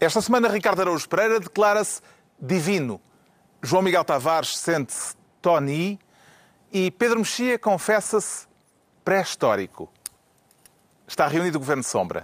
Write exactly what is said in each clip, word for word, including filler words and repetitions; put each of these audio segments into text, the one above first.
Esta semana, Ricardo Araújo Pereira declara-se divino. João Miguel Tavares sente-se Tony e Pedro Mexia confessa-se pré-histórico. Está reunido o Governo Sombra.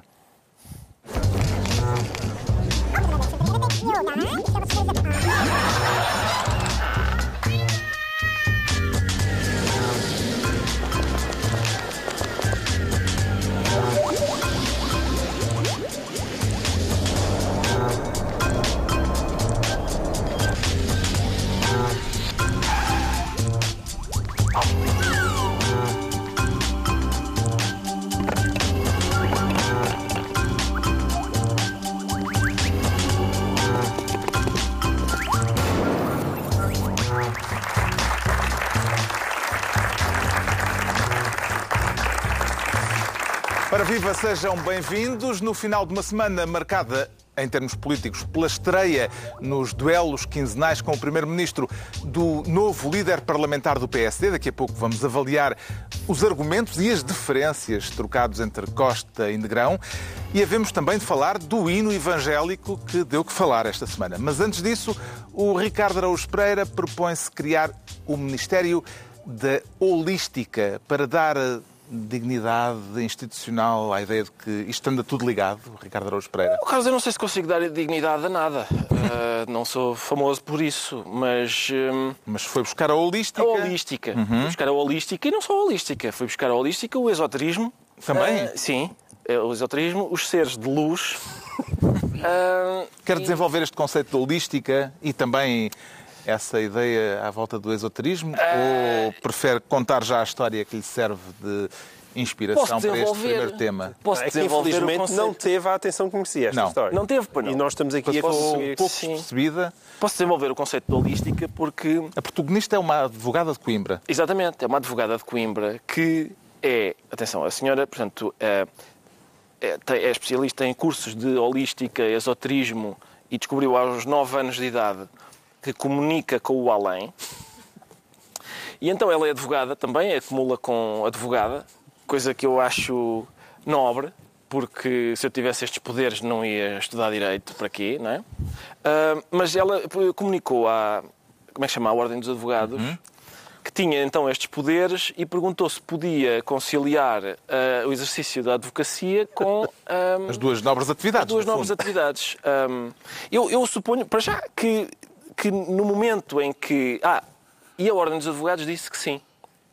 Para viva, sejam bem-vindos. No final de uma semana marcada, em termos políticos, pela estreia nos duelos quinzenais com o Primeiro-Ministro do novo líder parlamentar do P S D. Daqui a pouco vamos avaliar os argumentos e as diferenças trocados entre Costa e Negrão. E havemos também de falar do hino evangélico que deu que falar esta semana. Mas antes disso, o Ricardo Araújo Pereira propõe-se criar o Ministério da Holística para dar dignidade institucional à ideia de que isto anda tudo ligado, Ricardo Araújo Pereira? Carlos, eu não sei se consigo dar dignidade a nada. uh, não sou famoso por isso, mas... Um... Mas foi buscar a holística? A holística. Uhum. Fui buscar a holística e não só a holística. Fui buscar a holística, o esoterismo. Também? Uh, sim, o esoterismo, os seres de luz. uh, Quer e... desenvolver este conceito de holística e também essa ideia à volta do esoterismo? Uh... Ou prefere contar já a história que lhe serve de inspiração para este primeiro tema? Posso é que, infelizmente, não teve a atenção que merecia esta não. história. Não teve, pois não. E nós estamos aqui Mas a conseguir... Um pouco percebida. Posso desenvolver o conceito de holística porque... A protagonista é uma advogada de Coimbra. Exatamente, é uma advogada de Coimbra que é... Atenção, a senhora, portanto, é, é, é especialista em cursos de holística, esoterismo e descobriu aos nove anos de idade que comunica com o além. E então ela é advogada também, acumula com advogada, coisa que eu acho nobre, porque se eu tivesse estes poderes não ia estudar direito, para quê, não é? Uh, mas ela comunicou à, como é que chama, à Ordem dos Advogados, uhum. que tinha então estes poderes e perguntou se podia conciliar uh, o exercício da advocacia com... Um, as duas nobres atividades. As duas nobres atividades. Um, eu, eu suponho, para já, que, que no momento em que... Ah, e a Ordem dos Advogados disse que sim.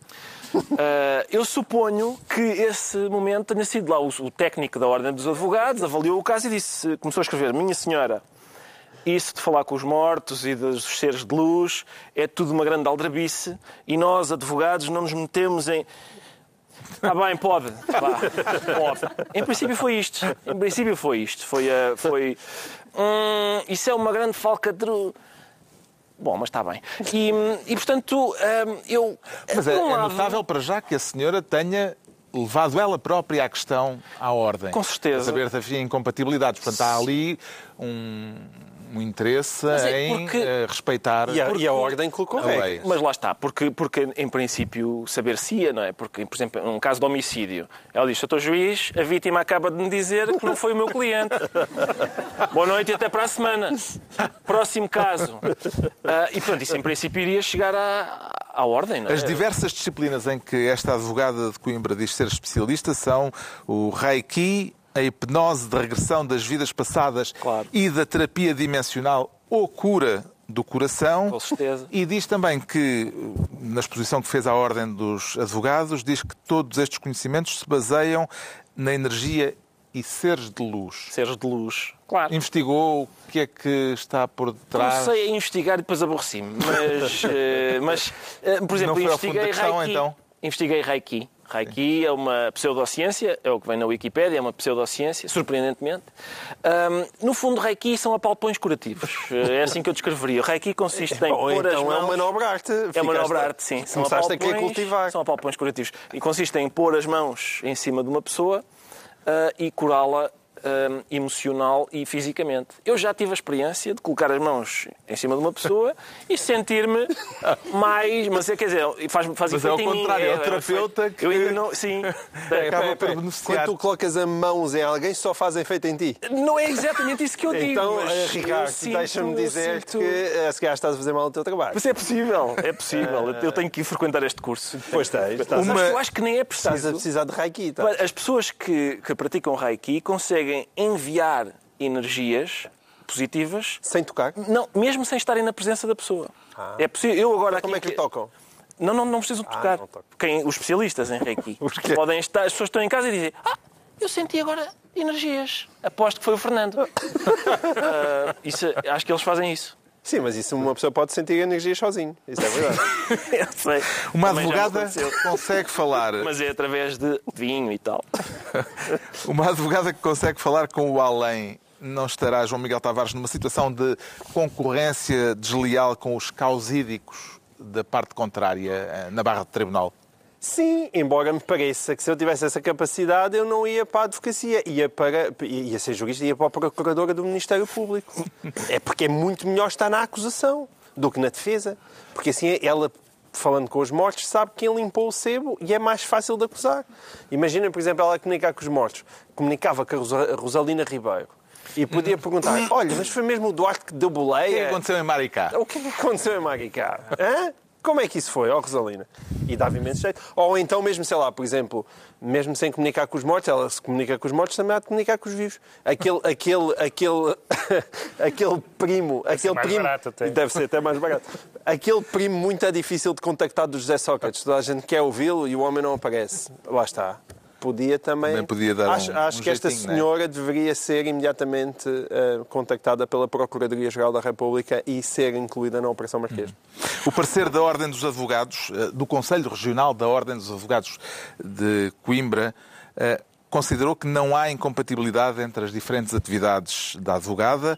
Uh, eu suponho que esse momento tenha sido lá o, o técnico da Ordem dos Advogados, avaliou o caso e disse, começou a escrever: minha senhora, isso de falar com os mortos e dos seres de luz é tudo uma grande aldrabice e nós, advogados, não nos metemos em... Ah, bem, pode. Vá, pode. Em princípio foi isto. Em princípio foi isto. Foi... Uh, foi hum, isso é uma grande falcatrua. Bom, mas está bem. E, e portanto, eu... Mas é, é notável para já que a senhora tenha levado ela própria a questão à ordem. Com certeza. Para saber se havia incompatibilidades. Portanto, há ali um, um interesse é em porque... uh, respeitar... E a, porque... e a ordem colocou a lei. Mas lá está, porque, porque em princípio saber-se-ia, não é? Porque, por exemplo, num caso de homicídio, ela diz: doutor Juiz, a vítima acaba de me dizer que não foi o meu cliente. Boa noite e até para a semana. Próximo caso. Uh, e, portanto, isso em princípio iria chegar à, à ordem, não é? As diversas disciplinas em que esta advogada de Coimbra diz ser especialista são o Reiki, a hipnose de regressão das vidas passadas, claro, e da terapia dimensional ou cura do coração. Com certeza. E diz também que, na exposição que fez à Ordem dos Advogados, diz que todos estes conhecimentos se baseiam na energia e seres de luz. Seres de luz, claro. Investigou o que é que está por detrás? Comecei a investigar e depois aborreci-me. Mas, mas, por exemplo, investiguei questão, Reiki. Então? Investiguei Reiki. Reiki é uma pseudociência, é o que vem na Wikipédia, é uma pseudociência, surpreendentemente. Um, no fundo, Reiki são apalpões curativos. É assim que eu descreveria. Reiki consiste em Ou pôr então as mãos... é uma nobre arte. É uma nobre arte, sim. São apalpões, a cultivar. São apalpões curativos. E consiste em pôr as mãos em cima de uma pessoa uh, e curá-la hum, emocional e fisicamente. Eu já tive a experiência de colocar as mãos em cima de uma pessoa e sentir-me mais... Mas é, quer dizer, faz, faz mas efeito é em ao mim. contrário, é o É, terapeuta que... Eu ainda não... Sim. Acaba por beneficiar. Quando tu colocas as mãos em alguém, só faz efeito em ti. Não é exatamente isso que eu digo. Então, mas Ricardo, sinto, deixa-me dizer sinto... que esse gajo estás a fazer mal o teu trabalho. Mas é possível, é possível. Eu tenho que ir frequentar este curso. Pois tens. Estás, Mas a, eu acho que nem é preciso. estás a precisar de Reiki. Tá? As pessoas que, que praticam Reiki conseguem enviar energias positivas... Sem tocar? Não, mesmo sem estarem na presença da pessoa. Ah. É possível. Eu agora Como aqui... é que lhe tocam? Não, não, não precisam Ah, tocar. não toco. Quem, os especialistas em Reiki podem estar... As pessoas estão em casa e dizem... Ah, eu senti agora energias. Aposto que foi o Fernando. uh, isso, acho que eles fazem isso. Sim, mas isso uma pessoa pode sentir energia sozinho. Isso é verdade. Eu sei. Uma Também advogada consegue falar... Mas é através de vinho e tal. Uma advogada que consegue falar com o além, não estará, João Miguel Tavares, numa situação de concorrência desleal com os causídicos da parte contrária na barra de tribunal? Sim, embora me pareça que se eu tivesse essa capacidade eu não ia para a advocacia, ia, para, ia ser jurista, ia para a procuradora do Ministério Público. É porque é muito melhor estar na acusação do que na defesa. Porque assim ela, falando com os mortos, sabe quem limpou o sebo e é mais fácil de acusar. Imagina, por exemplo, ela comunicar com os mortos. Comunicava com a Rosalina Ribeiro. E podia perguntar, olha, mas foi mesmo o Duarte que deu boleia? O que é que aconteceu em Maricá? O que é que aconteceu em Maricá? Hã? Como é que isso foi, ó Rosalina? E dava imenso jeito. Ou então, mesmo, sei lá, por exemplo, mesmo sem comunicar com os mortos, ela se comunica com os mortos, também há de comunicar com os vivos. Aquele, aquele, aquele, aquele primo... Aquele mais primo barato até. Deve ser até mais barato. Aquele primo muito difícil de contactar do José Sócrates. Toda a gente quer ouvi-lo e o homem não aparece. Lá está. Podia também... Também podia dar acho um, acho um que esta jeitinho, senhora não é? deveria ser imediatamente uh, contactada pela Procuradoria-Geral da República e ser incluída na Operação Marquês. O parecer da Ordem dos Advogados, do Conselho Regional da Ordem dos Advogados de Coimbra, considerou que não há incompatibilidade entre as diferentes atividades da advogada.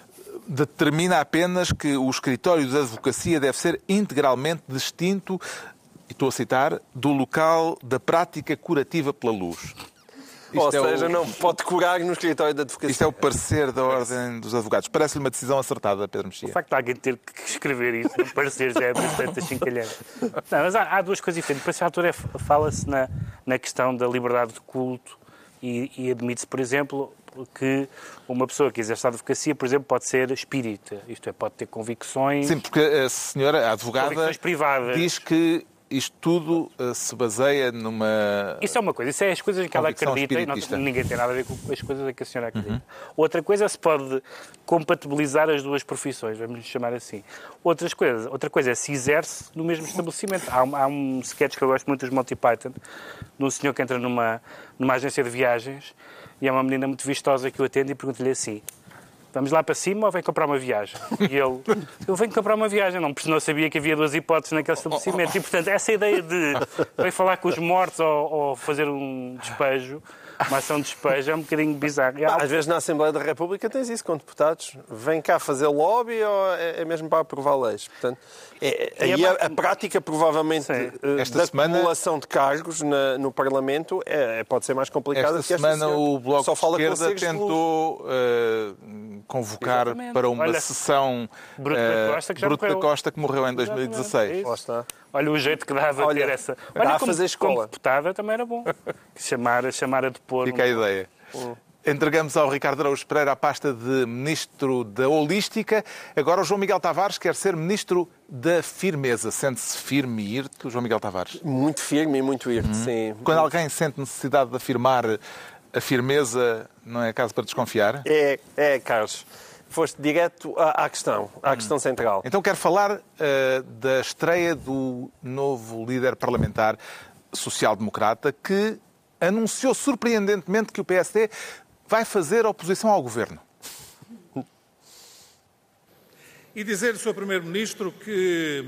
Determina apenas que o escritório de advocacia deve ser integralmente distinto, e estou a citar, do local da prática curativa pela luz. Ou Isto é seja, o... não pode curar no escritório da advocacia. Isto é o parecer da Ordem dos Advogados. Parece-lhe uma decisão acertada, Pedro O Mexia. facto de alguém ter que escrever isso, no parecer, já é bastante achincalhante. Não, mas há, há duas coisas diferentes. Para essa altura fala-se na, na questão da liberdade de culto e, e admite-se, por exemplo, que uma pessoa que exerce a advocacia, por exemplo, pode ser espírita. Isto é, pode ter convicções... Sim, porque a senhora, a advogada, Convicções privadas. diz que isto tudo uh, se baseia numa... Isso é uma coisa, isso é as coisas em que ela Convicção acredita e espiritista. não, ninguém tem nada a ver com as coisas em que a senhora acredita. Uhum. Outra coisa é se pode compatibilizar as duas profissões, vamos lhe chamar assim. Outras coisas, outra coisa é se exerce no mesmo estabelecimento. Há um, há um sketch que eu gosto muito dos Monty Python, de um senhor que entra numa, numa agência de viagens e é uma menina muito vistosa que o atende e pergunta-lhe assim: vamos lá para cima ou vem comprar uma viagem? E ele, eu venho comprar uma viagem, não, porque não sabia que havia duas hipóteses naquele estabelecimento. E, portanto, essa ideia de vem falar com os mortos ou, ou fazer um despejo, uma ação de despejo, é um bocadinho bizarro. Ah, às vezes na Assembleia da República tens isso com deputados. Vem cá fazer lobby ou é, é mesmo para aprovar leis? Portanto, é, é, e a, a prática, provavelmente, Esta da semana... acumulação de cargos na, no Parlamento é, pode ser mais complicada. Esta que semana esta o Bloco Só fala de Esquerda com tentou uh, convocar Exatamente. para uma Olha, sessão Bruto da uh, Costa, que já Bruto da morreu. Costa, que morreu em dois mil e dezasseis. Lá está. Olha o jeito que dava Olha, ter essa... dá Olha, a como, fazer escola. como deputada também era bom. Chamar, chamar a depor... Fica a ideia. Hum. Entregamos ao Ricardo Araújo Pereira a pasta de Ministro da Holística. Agora o João Miguel Tavares quer ser Ministro da Firmeza. Sente-se firme e irto, João Miguel Tavares? Muito firme e muito irto, uhum. Sim. Quando alguém sente necessidade de afirmar a firmeza, não é caso para desconfiar? É, é, Carlos. Foste direto à, à questão, à questão central. Então quero falar uh, da estreia do novo líder parlamentar social-democrata que anunciou surpreendentemente que o P S D vai fazer oposição ao governo. E dizer, senhor Primeiro-Ministro, que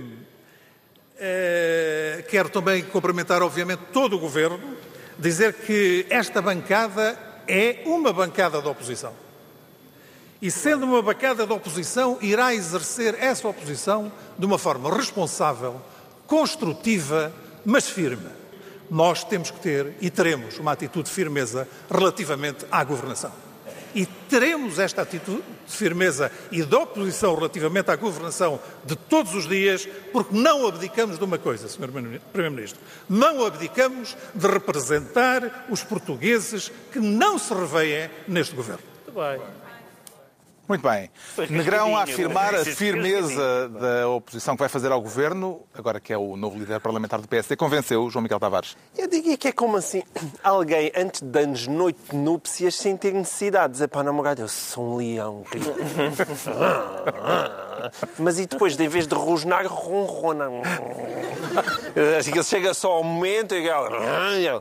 eh, quero também cumprimentar, obviamente, todo o governo, dizer que esta bancada é uma bancada de oposição. E, sendo uma bancada de oposição, irá exercer essa oposição de uma forma responsável, construtiva, mas firme. Nós temos que ter e teremos uma atitude de firmeza relativamente à governação. e teremos esta atitude de firmeza e de oposição relativamente à governação de todos os dias, porque não abdicamos de uma coisa, senhor Primeiro-Ministro. Não abdicamos de representar os portugueses que não se revêem neste governo. Muito bem. Muito bem. Negrão a afirmar a firmeza da oposição que vai fazer ao governo, agora que é o novo líder parlamentar do P S D, convenceu o João Miguel Tavares. Eu diria que é como assim, alguém antes de anos noite de núpcias sem ter necessidade de dizer para a namorada, eu sou um leão. Mas e depois, em vez de rosnar, ronrona. Assim que ele chega só ao momento e ela...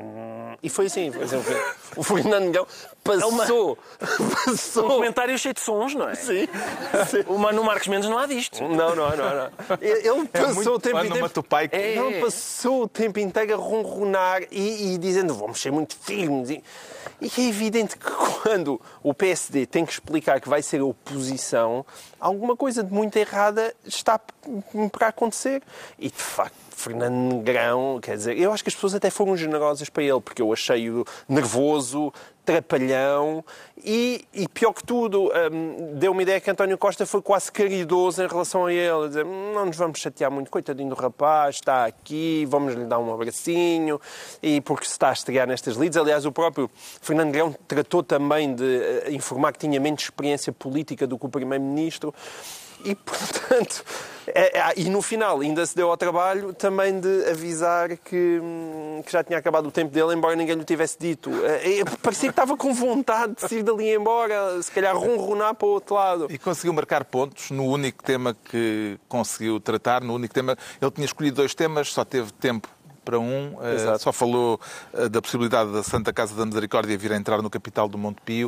E foi assim, foi assim. O Fernando Negrão passou, passou. Um comentário cheio de sons, não é? Sim. Sim. O Manu Marcos Mendes não há disto. Não, não, não, não. Ele passou é o tempo inteiro. É. Ele passou o tempo inteiro a ronronar e, e dizendo vamos ser muito firmes. E, e é evidente que quando o P S D tem que explicar que vai ser a oposição, alguma coisa de muito errada está para acontecer. E de facto, Fernando Negrão, quer dizer, eu acho que as pessoas até foram generosas para ele, porque eu achei-o nervoso, trapalhão e, e pior que tudo, um, deu uma ideia que António Costa foi quase caridoso em relação a ele, a dizer, não nos vamos chatear muito, coitadinho do rapaz, está aqui, vamos lhe dar um abracinho, e porque se está a estrear nestas lides. Aliás, o próprio Fernando Negrão tratou também de uh, informar que tinha menos experiência política do que o Primeiro-Ministro. E, portanto, é, é, e no final ainda se deu ao trabalho também de avisar que, que já tinha acabado o tempo dele, embora ninguém lhe tivesse dito. É, é, parecia que estava com vontade de sair dali embora, se calhar ronronar para o outro lado. E conseguiu marcar pontos no único tema que conseguiu tratar, no único tema. Ele tinha escolhido dois temas, só teve tempo para um, uh, só falou uh, da possibilidade da Santa Casa da Misericórdia vir a entrar no capital do Monte Pio.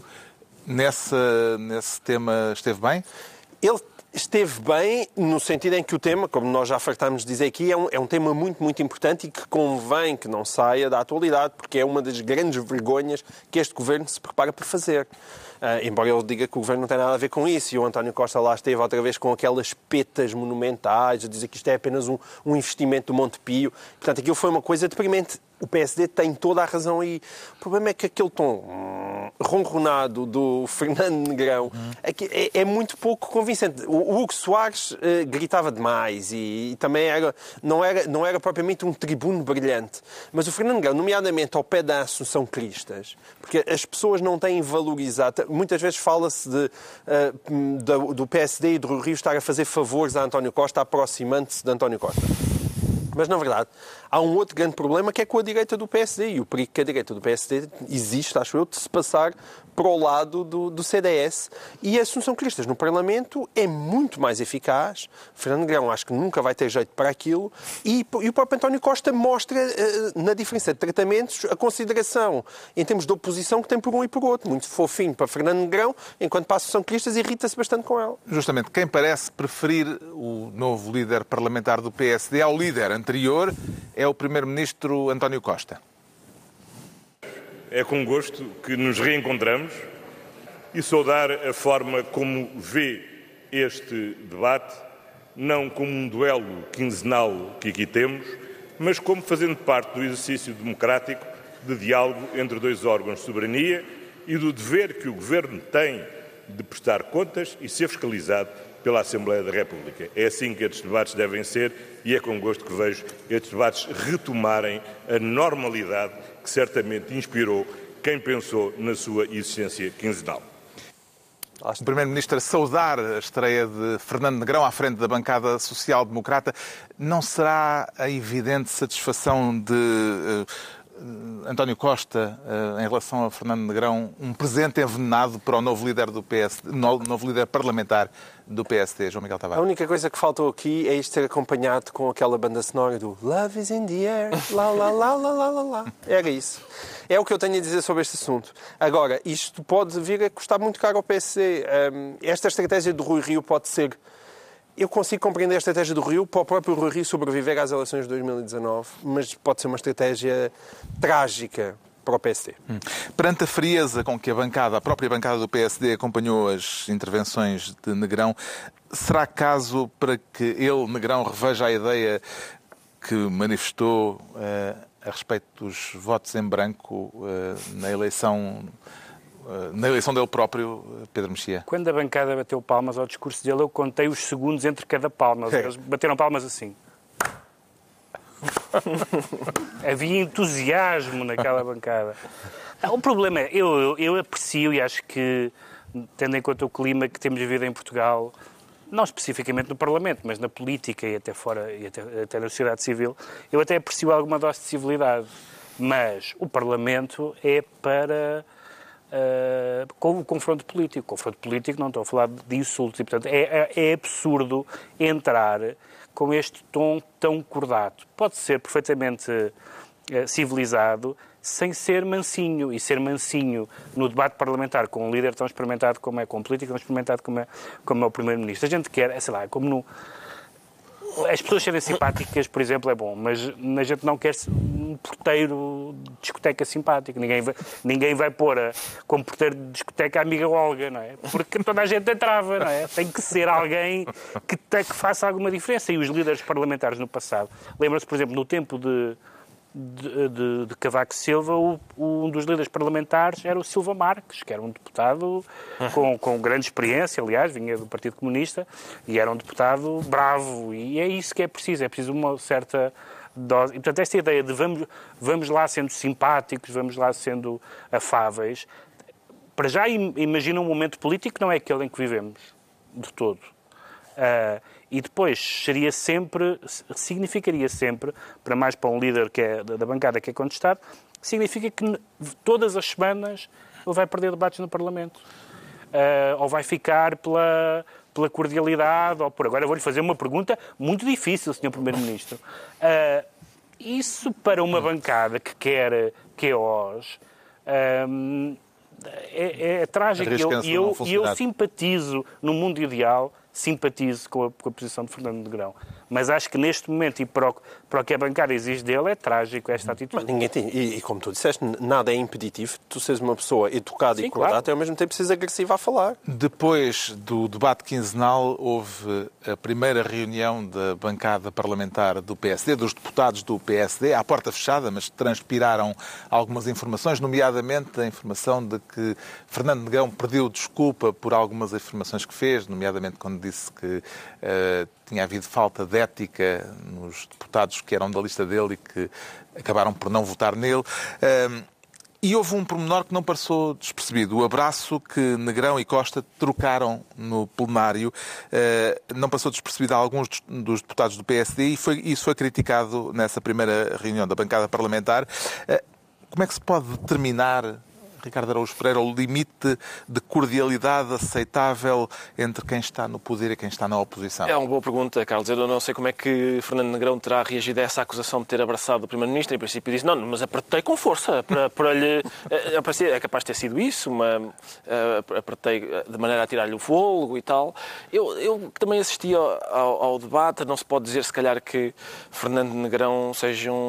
Nessa, nesse tema esteve bem? Ele esteve bem no sentido em que o tema, como nós já fartámos de dizer aqui, é um, é um tema muito, muito importante e que convém que não saia da atualidade, porque é uma das grandes vergonhas que este governo se prepara para fazer. Uh, embora ele diga que o governo não tem nada a ver com isso, e o António Costa lá esteve outra vez com aquelas petas monumentais, a dizer que isto é apenas um, um investimento do Monte Pio. Portanto, aquilo foi uma coisa deprimente. O P S D tem toda a razão aí. O problema é que aquele tom hum, ronronado do Fernando Negrão hum. é, é muito pouco convincente. O, o Hugo Soares uh, gritava demais e, e também era não, era, não era propriamente um tribuno brilhante. Mas o Fernando Negrão, nomeadamente ao pé da Assunção Cristas, porque as pessoas não têm valorizado. Muitas vezes fala-se de, uh, do, do P S D e do Rui Rio estar a fazer favores a António Costa, aproximando-se de António Costa. Mas, na verdade, há um outro grande problema que é com a direita do P S D. E o perigo que a direita do P S D existe, acho eu, de se passar para o lado do, do C D S. E a Assunção Cristas no Parlamento é muito mais eficaz. Fernando Negrão acho que nunca vai ter jeito para aquilo. E, e o próprio António Costa mostra, uh, na diferença de tratamentos, a consideração em termos de oposição que tem por um e por outro. Muito fofinho para Fernando Negrão, enquanto para a Assunção Cristas irrita-se bastante com ela. Justamente, quem parece preferir o novo líder parlamentar do P S D ao líder anterior é o Primeiro-Ministro António Costa. É com gosto que nos reencontramos e saudar a forma como vê este debate, não como um duelo quinzenal que aqui temos, mas como fazendo parte do exercício democrático de diálogo entre dois órgãos de soberania e do dever que o Governo tem de prestar contas e ser fiscalizado pela Assembleia da República. É assim que estes debates devem ser e é com gosto que vejo estes debates retomarem a normalidade que certamente inspirou quem pensou na sua existência quinzenal. O Primeiro-Ministro a saudar a estreia de Fernando Negrão à frente da bancada social-democrata. Não será a evidente satisfação de uh, António Costa uh, em relação a Fernando Negrão um presente envenenado para o novo líder do P S D, novo líder parlamentar do P S D, João Miguel Tavares? A única coisa que faltou aqui é isto ser acompanhado com aquela banda sonora do Love is in the air, lá, lá, lá, lá, lá, lá, lá. Era isso. É o que eu tenho a dizer sobre este assunto. Agora, isto pode vir a custar muito caro ao P S D. Um, esta estratégia do Rui Rio pode ser... Eu consigo compreender a estratégia do Rio para o próprio Rui Rio sobreviver às eleições de dois mil e dezanove, mas pode ser uma estratégia trágica para o P S D. Hum. Perante a frieza com que a bancada, a própria bancada do P S D acompanhou as intervenções de Negrão, será caso para que ele, Negrão, reveja a ideia que manifestou uh, a respeito dos votos em branco uh, na eleição na eleição dele próprio, Pedro Mexia? Quando a bancada bateu palmas ao discurso dele, eu contei os segundos entre cada palma. Eles bateram palmas assim. Havia entusiasmo naquela bancada. O problema é, eu, eu, eu aprecio e acho que, tendo em conta o clima que temos vivido em Portugal, não especificamente no Parlamento, mas na política e até fora, e até, até na sociedade civil, eu até aprecio alguma dose de civilidade. Mas o Parlamento é para uh, com o confronto político. O confronto político, não estou a falar de insultos, e portanto é, é, é absurdo entrar com este tom tão cordato. Pode ser perfeitamente uh, civilizado, sem ser mansinho. E ser mansinho no debate parlamentar com um líder tão experimentado como é, com um político tão experimentado como é, como é o Primeiro-Ministro. A gente quer, sei lá, como no... As pessoas serem simpáticas, por exemplo, é bom, mas a gente não quer um porteiro de discoteca simpático. Ninguém vai, ninguém vai pôr a, como porteiro de discoteca a amiga Olga, não é? Porque toda a gente entrava, não é? Tem que ser alguém que, te, que faça alguma diferença. E os líderes parlamentares no passado, lembram-se, por exemplo, no tempo de... De, de, de Cavaco Silva, o, um dos líderes parlamentares era o Silva Marques, que era um deputado com, com grande experiência, aliás, vinha do Partido Comunista, e era um deputado bravo, e é isso que é preciso, é preciso uma certa dose. E, portanto, esta ideia de vamos, vamos lá sendo simpáticos, vamos lá sendo afáveis, para já imagina um momento político que não é aquele em que vivemos, de todo. Uh, e depois seria sempre, significaria sempre, para mais para um líder que é da bancada que é contestado, significa que todas as semanas ele vai perder debates no Parlamento. Uh, ou vai ficar pela, pela cordialidade, ou por agora vou-lhe fazer uma pergunta muito difícil, senhor Primeiro-Ministro. Uh, isso para uma bancada que quer caos uh, é, é trágico. E eu, eu, eu simpatizo no mundo ideal, simpatizo com a, com a posição de Fernando Negrão. Mas acho que neste momento, e para o, para o que a bancada exige dele, é trágico esta atitude. Mas ninguém tem, e, e como tu disseste, nada é impeditivo. Tu seres uma pessoa educada Sim, e correta, claro. E ao mesmo tempo seres agressiva a falar. Depois do debate quinzenal, houve a primeira reunião da bancada parlamentar do P S D, dos deputados do P S D, à porta fechada, mas transpiraram algumas informações, nomeadamente a informação de que Fernando Negrão pediu desculpa por algumas afirmações que fez, nomeadamente quando disse que uh, tinha havido falta de ética nos deputados que eram da lista dele e que acabaram por não votar nele. Uh, e houve um pormenor que não passou despercebido. O abraço que Negrão e Costa trocaram no plenário uh, não passou despercebido a alguns dos deputados do P S D e foi, isso foi criticado nessa primeira reunião da bancada parlamentar. Uh, como é que se pode determinar, Ricardo Araújo Pereira, o limite de cordialidade aceitável entre quem está no poder e quem está na oposição? É uma boa pergunta, Carlos. Eu não sei como é que Fernando Negrão terá reagido a essa acusação de ter abraçado o Primeiro-Ministro. Em princípio disse, não, mas apertei com força para, para lhe... É capaz de ter sido isso, uma... apertei de maneira a tirar-lhe o fôlego e tal. Eu, eu também assisti ao, ao, ao debate. Não se pode dizer, se calhar, que Fernando Negrão seja um,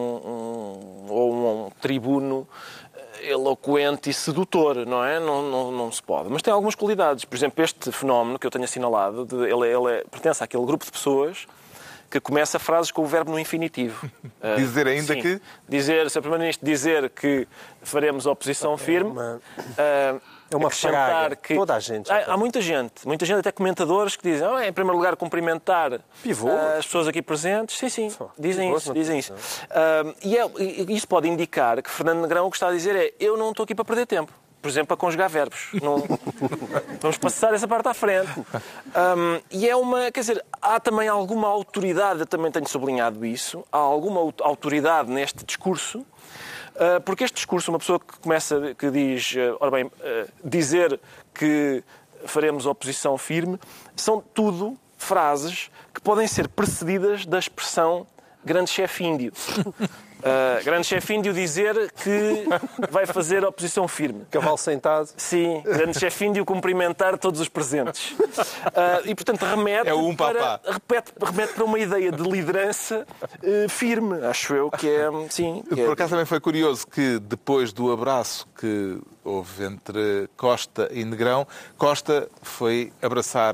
um, ou um, um tribuno eloquente e sedutor, não é? Não, não, não se pode. Mas tem algumas qualidades. Por exemplo, este fenómeno que eu tenho assinalado, de, ele, ele é, pertence àquele grupo de pessoas que começa frases com o verbo no infinitivo. Dizer ainda uh, que... Dizer, se o Primeiro-Ministro dizer que faremos oposição firme... É uma, uh, é uma praga. Que... Toda a gente. Há, há muita gente. Muita gente, até comentadores, que dizem, oh, em primeiro lugar, cumprimentar Pivô. uh, as pessoas aqui presentes. Sim, sim. Dizem Pivô, isso. Dizem isso. Uh, e, é, e isso pode indicar que Fernando Negrão o que está a dizer é, eu não estou aqui para perder tempo. Por exemplo, a conjugar verbos. Não... Vamos passar essa parte à frente. Um, e é uma... Quer dizer, há também alguma autoridade, eu também tenho sublinhado isso, há alguma autoridade neste discurso, uh, porque este discurso, uma pessoa que começa, que diz, uh, ora bem, uh, dizer que faremos oposição firme, são tudo frases que podem ser precedidas da expressão grande chefe índio. Uh, grande chefe índio dizer que vai fazer oposição firme. Cavalo sentado. Sim, grande chefe índio cumprimentar todos os presentes. Uh, e, portanto, remete, é um para, repete, remete para uma ideia de liderança uh, firme, acho eu, que é... Sim, que Por é... acaso também foi curioso que, depois do abraço que houve entre Costa e Negrão, Costa foi abraçar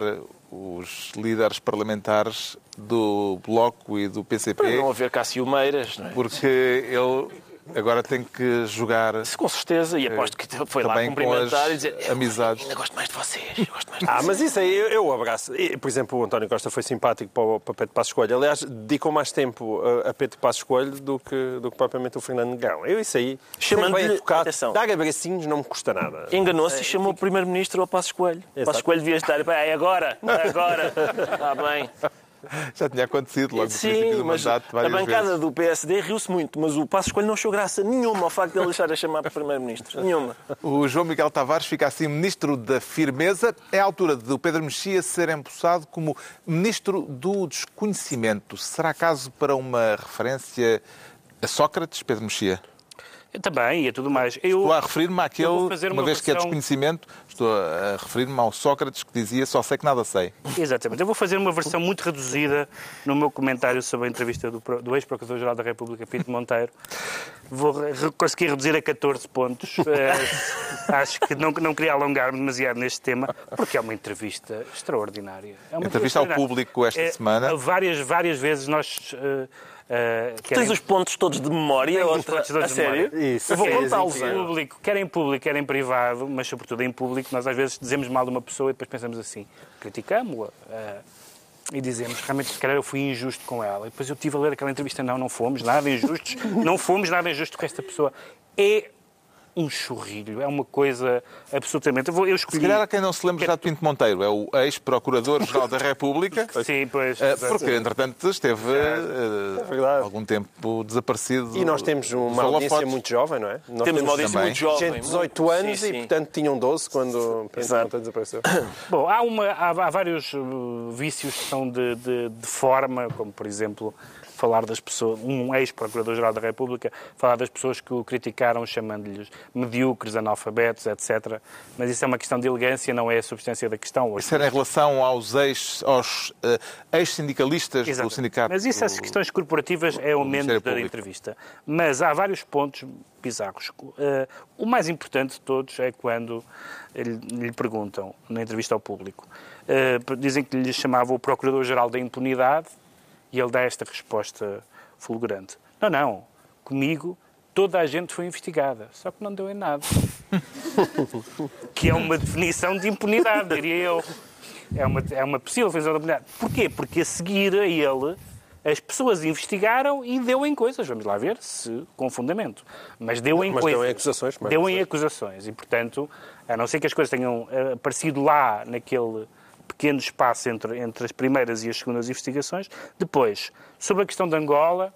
os líderes parlamentares do Bloco e do P C P. Para não haver cá ciumeiras, não é? Porque ele agora tem que jogar Com certeza, e aposto que foi lá também com cumprimentar e as dizer amizades. ainda gosto mais de vocês, eu gosto mais de Ah, mas isso aí eu, eu abraço. E, por exemplo, o António Costa foi simpático para, o, para Pedro Passos Coelho. Aliás, dedicou mais tempo a, a Pedro Passos Coelho do que, do que propriamente o Fernando Negrão. Eu isso aí, Chamando-lhe- sempre bem educado, atenção. dar abracinhos não me custa nada. Enganou-se e chamou o Primeiro-Ministro ao Passos Coelho. Exato. Passos Coelho devia estar. É agora, é agora. Está bem. Já tinha acontecido logo no princípio Sim, do mas mandato a várias bancada vezes. do P S D riu-se muito, mas o Passos Coelho não achou graça nenhuma ao facto de ele deixar a chamar para Primeiro-Ministro. Nenhuma. O João Miguel Tavares fica assim Ministro da Firmeza. É a altura do Pedro Mexia ser empossado como Ministro do Desconhecimento. Será caso para uma referência a Sócrates, Pedro Mexia? Eu também, e é tudo mais. Eu, Estou a referir-me àquele, eu vou fazer uma uma vez que é versão- desconhecimento, estou a referir-me ao Sócrates que dizia só sei que nada sei. Exatamente. Eu vou fazer uma versão muito reduzida no meu comentário sobre a entrevista do, pro- do ex-Procurador-Geral da República, Pinto Monteiro. Vou re- conseguir reduzir a catorze pontos. Eh, acho que não, não queria alongar-me demasiado neste tema, porque é uma entrevista extraordinária. É uma Entrevista ao extraordinária. público esta É, semana. Várias, várias vezes nós... eh, eh, Tens querem- os pontos todos de memória? Tenho os outra- pontos todos a de sério? memória. Isso. Eu vou É, contá-los. é Em público, quer em público, quer em privado, mas sobretudo em público, nós às vezes dizemos mal de uma pessoa e depois pensamos assim, criticamos-la eh, e dizemos, realmente, se calhar eu fui injusto com ela. E depois eu estive a ler aquela entrevista, não, não fomos nada injustos, não fomos nada injustos com esta pessoa. É um chorrilho, é uma coisa absolutamente... Eu, vou, eu Se escolhi... calhar há quem não se lembre já de Pinto Monteiro, é o ex-Procurador-Geral da República, Sim, pois... eh, porque entretanto esteve eh, verdade. algum tempo desaparecido. E nós temos uma dos audiência holofotes. muito jovem, não é? Nós Temos uma audiência também muito jovem. gente de dezoito anos Sim, e, sim. portanto, tinham doze quando Pedro Exato. Monteiro desapareceu. Bom, há, uma, há, há vários uh, vícios que são de, de, de forma, como, por exemplo, falar das pessoas, um ex-Procurador-Geral da República, falar das pessoas que o criticaram, chamando-lhes medíocres, analfabetos, etcétera. Mas isso é uma questão de elegância, não é a substância da questão. Isso era em relação aos ex, aos eh, ex-sindicalistas do Exatamente. sindicato. Mas isso, essas questões corporativas, é o menos Ministério da Público. entrevista. Mas há vários pontos bizarros. Uh, o mais importante de todos é quando lhe, lhe perguntam, na entrevista ao público, uh, dizem que lhe chamava o Procurador-Geral da Impunidade e ele dá esta resposta fulgurante. Não, não. Comigo toda a gente foi investigada, só que não deu em nada. Que é uma definição de impunidade, diria eu. É uma, é uma possível definição de impunidade. Porquê? Porque a seguir a ele, as pessoas investigaram e deu em coisas. Vamos lá ver se com fundamento. Mas deu em Mas coisas. deu em acusações, mas Deu em acusações. acusações. E, portanto, a não ser que as coisas tenham uh, aparecido lá, naquele pequeno espaço entre, entre as primeiras e as segundas investigações. Depois, sobre a questão de Angola,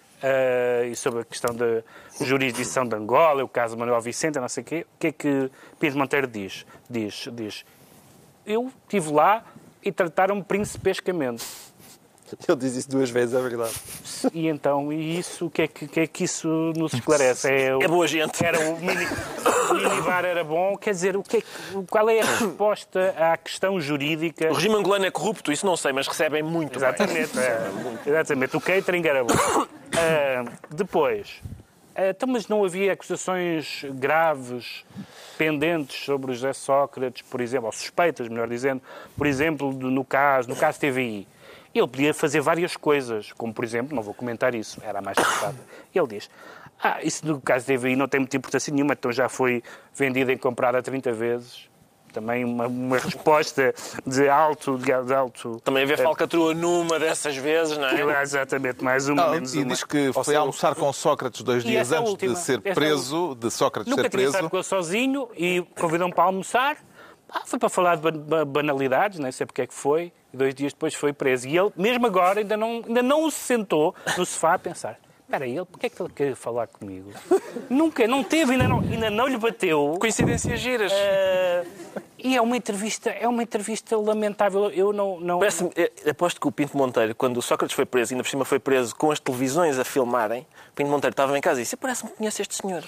Uh, e sobre a questão da jurisdição de Angola, o caso de Manuel Vicente, não sei o quê, o que é que Pinto Monteiro diz? Diz, diz, eu estive lá e trataram-me principescamente. Ele diz isso duas vezes, é verdade. E então, e isso, o que é que, o que é que isso nos esclarece? É, o- É boa gente. Era o mini, o minibar era bom, quer dizer, o que é, que- qual é a resposta à questão jurídica? O regime angolano é corrupto, isso não sei, mas recebem muito bem. Exatamente, é, exatamente. O catering era bom. Ah, depois, ah, então, mas não havia acusações graves pendentes sobre o José Sócrates, por exemplo, ou suspeitas, melhor dizendo, por exemplo, do- no caso, no caso T V I. Ele podia fazer várias coisas, como, por exemplo, não vou comentar isso, era a mais cortada. Ele diz, ah, isso no caso T V I não tem muita importância nenhuma, então já foi vendido e comprado a trinta vezes. Também uma, uma resposta de alto... De alto Também haver falcatrua numa dessas vezes, não é? Exatamente, mais uma, Ah, menos e uma. diz que foi seja, almoçar com Sócrates dois E dias essa é a antes última. de ser Essa é a preso, de Sócrates Nunca ser tinha estado preso. com ele sozinho e convidou-me para almoçar. Ah, foi para falar de ba- ba- banalidades, nem sei porque é que foi. E dois dias depois foi preso. E ele, mesmo agora, ainda não, ainda não se sentou no sofá a pensar. Espera aí, ele, porque é que ele quer falar comigo? Nunca, não teve, ainda não, ainda não lhe bateu. Coincidências giras. Eh, e é uma entrevista, é uma entrevista lamentável. Eu não... não... Parece-me, eh, aposto que o Pinto Monteiro, quando o Sócrates foi preso, ainda por cima foi preso com as televisões a filmarem, o Pinto Monteiro estava em casa e disse, parece-me que conhece este senhor.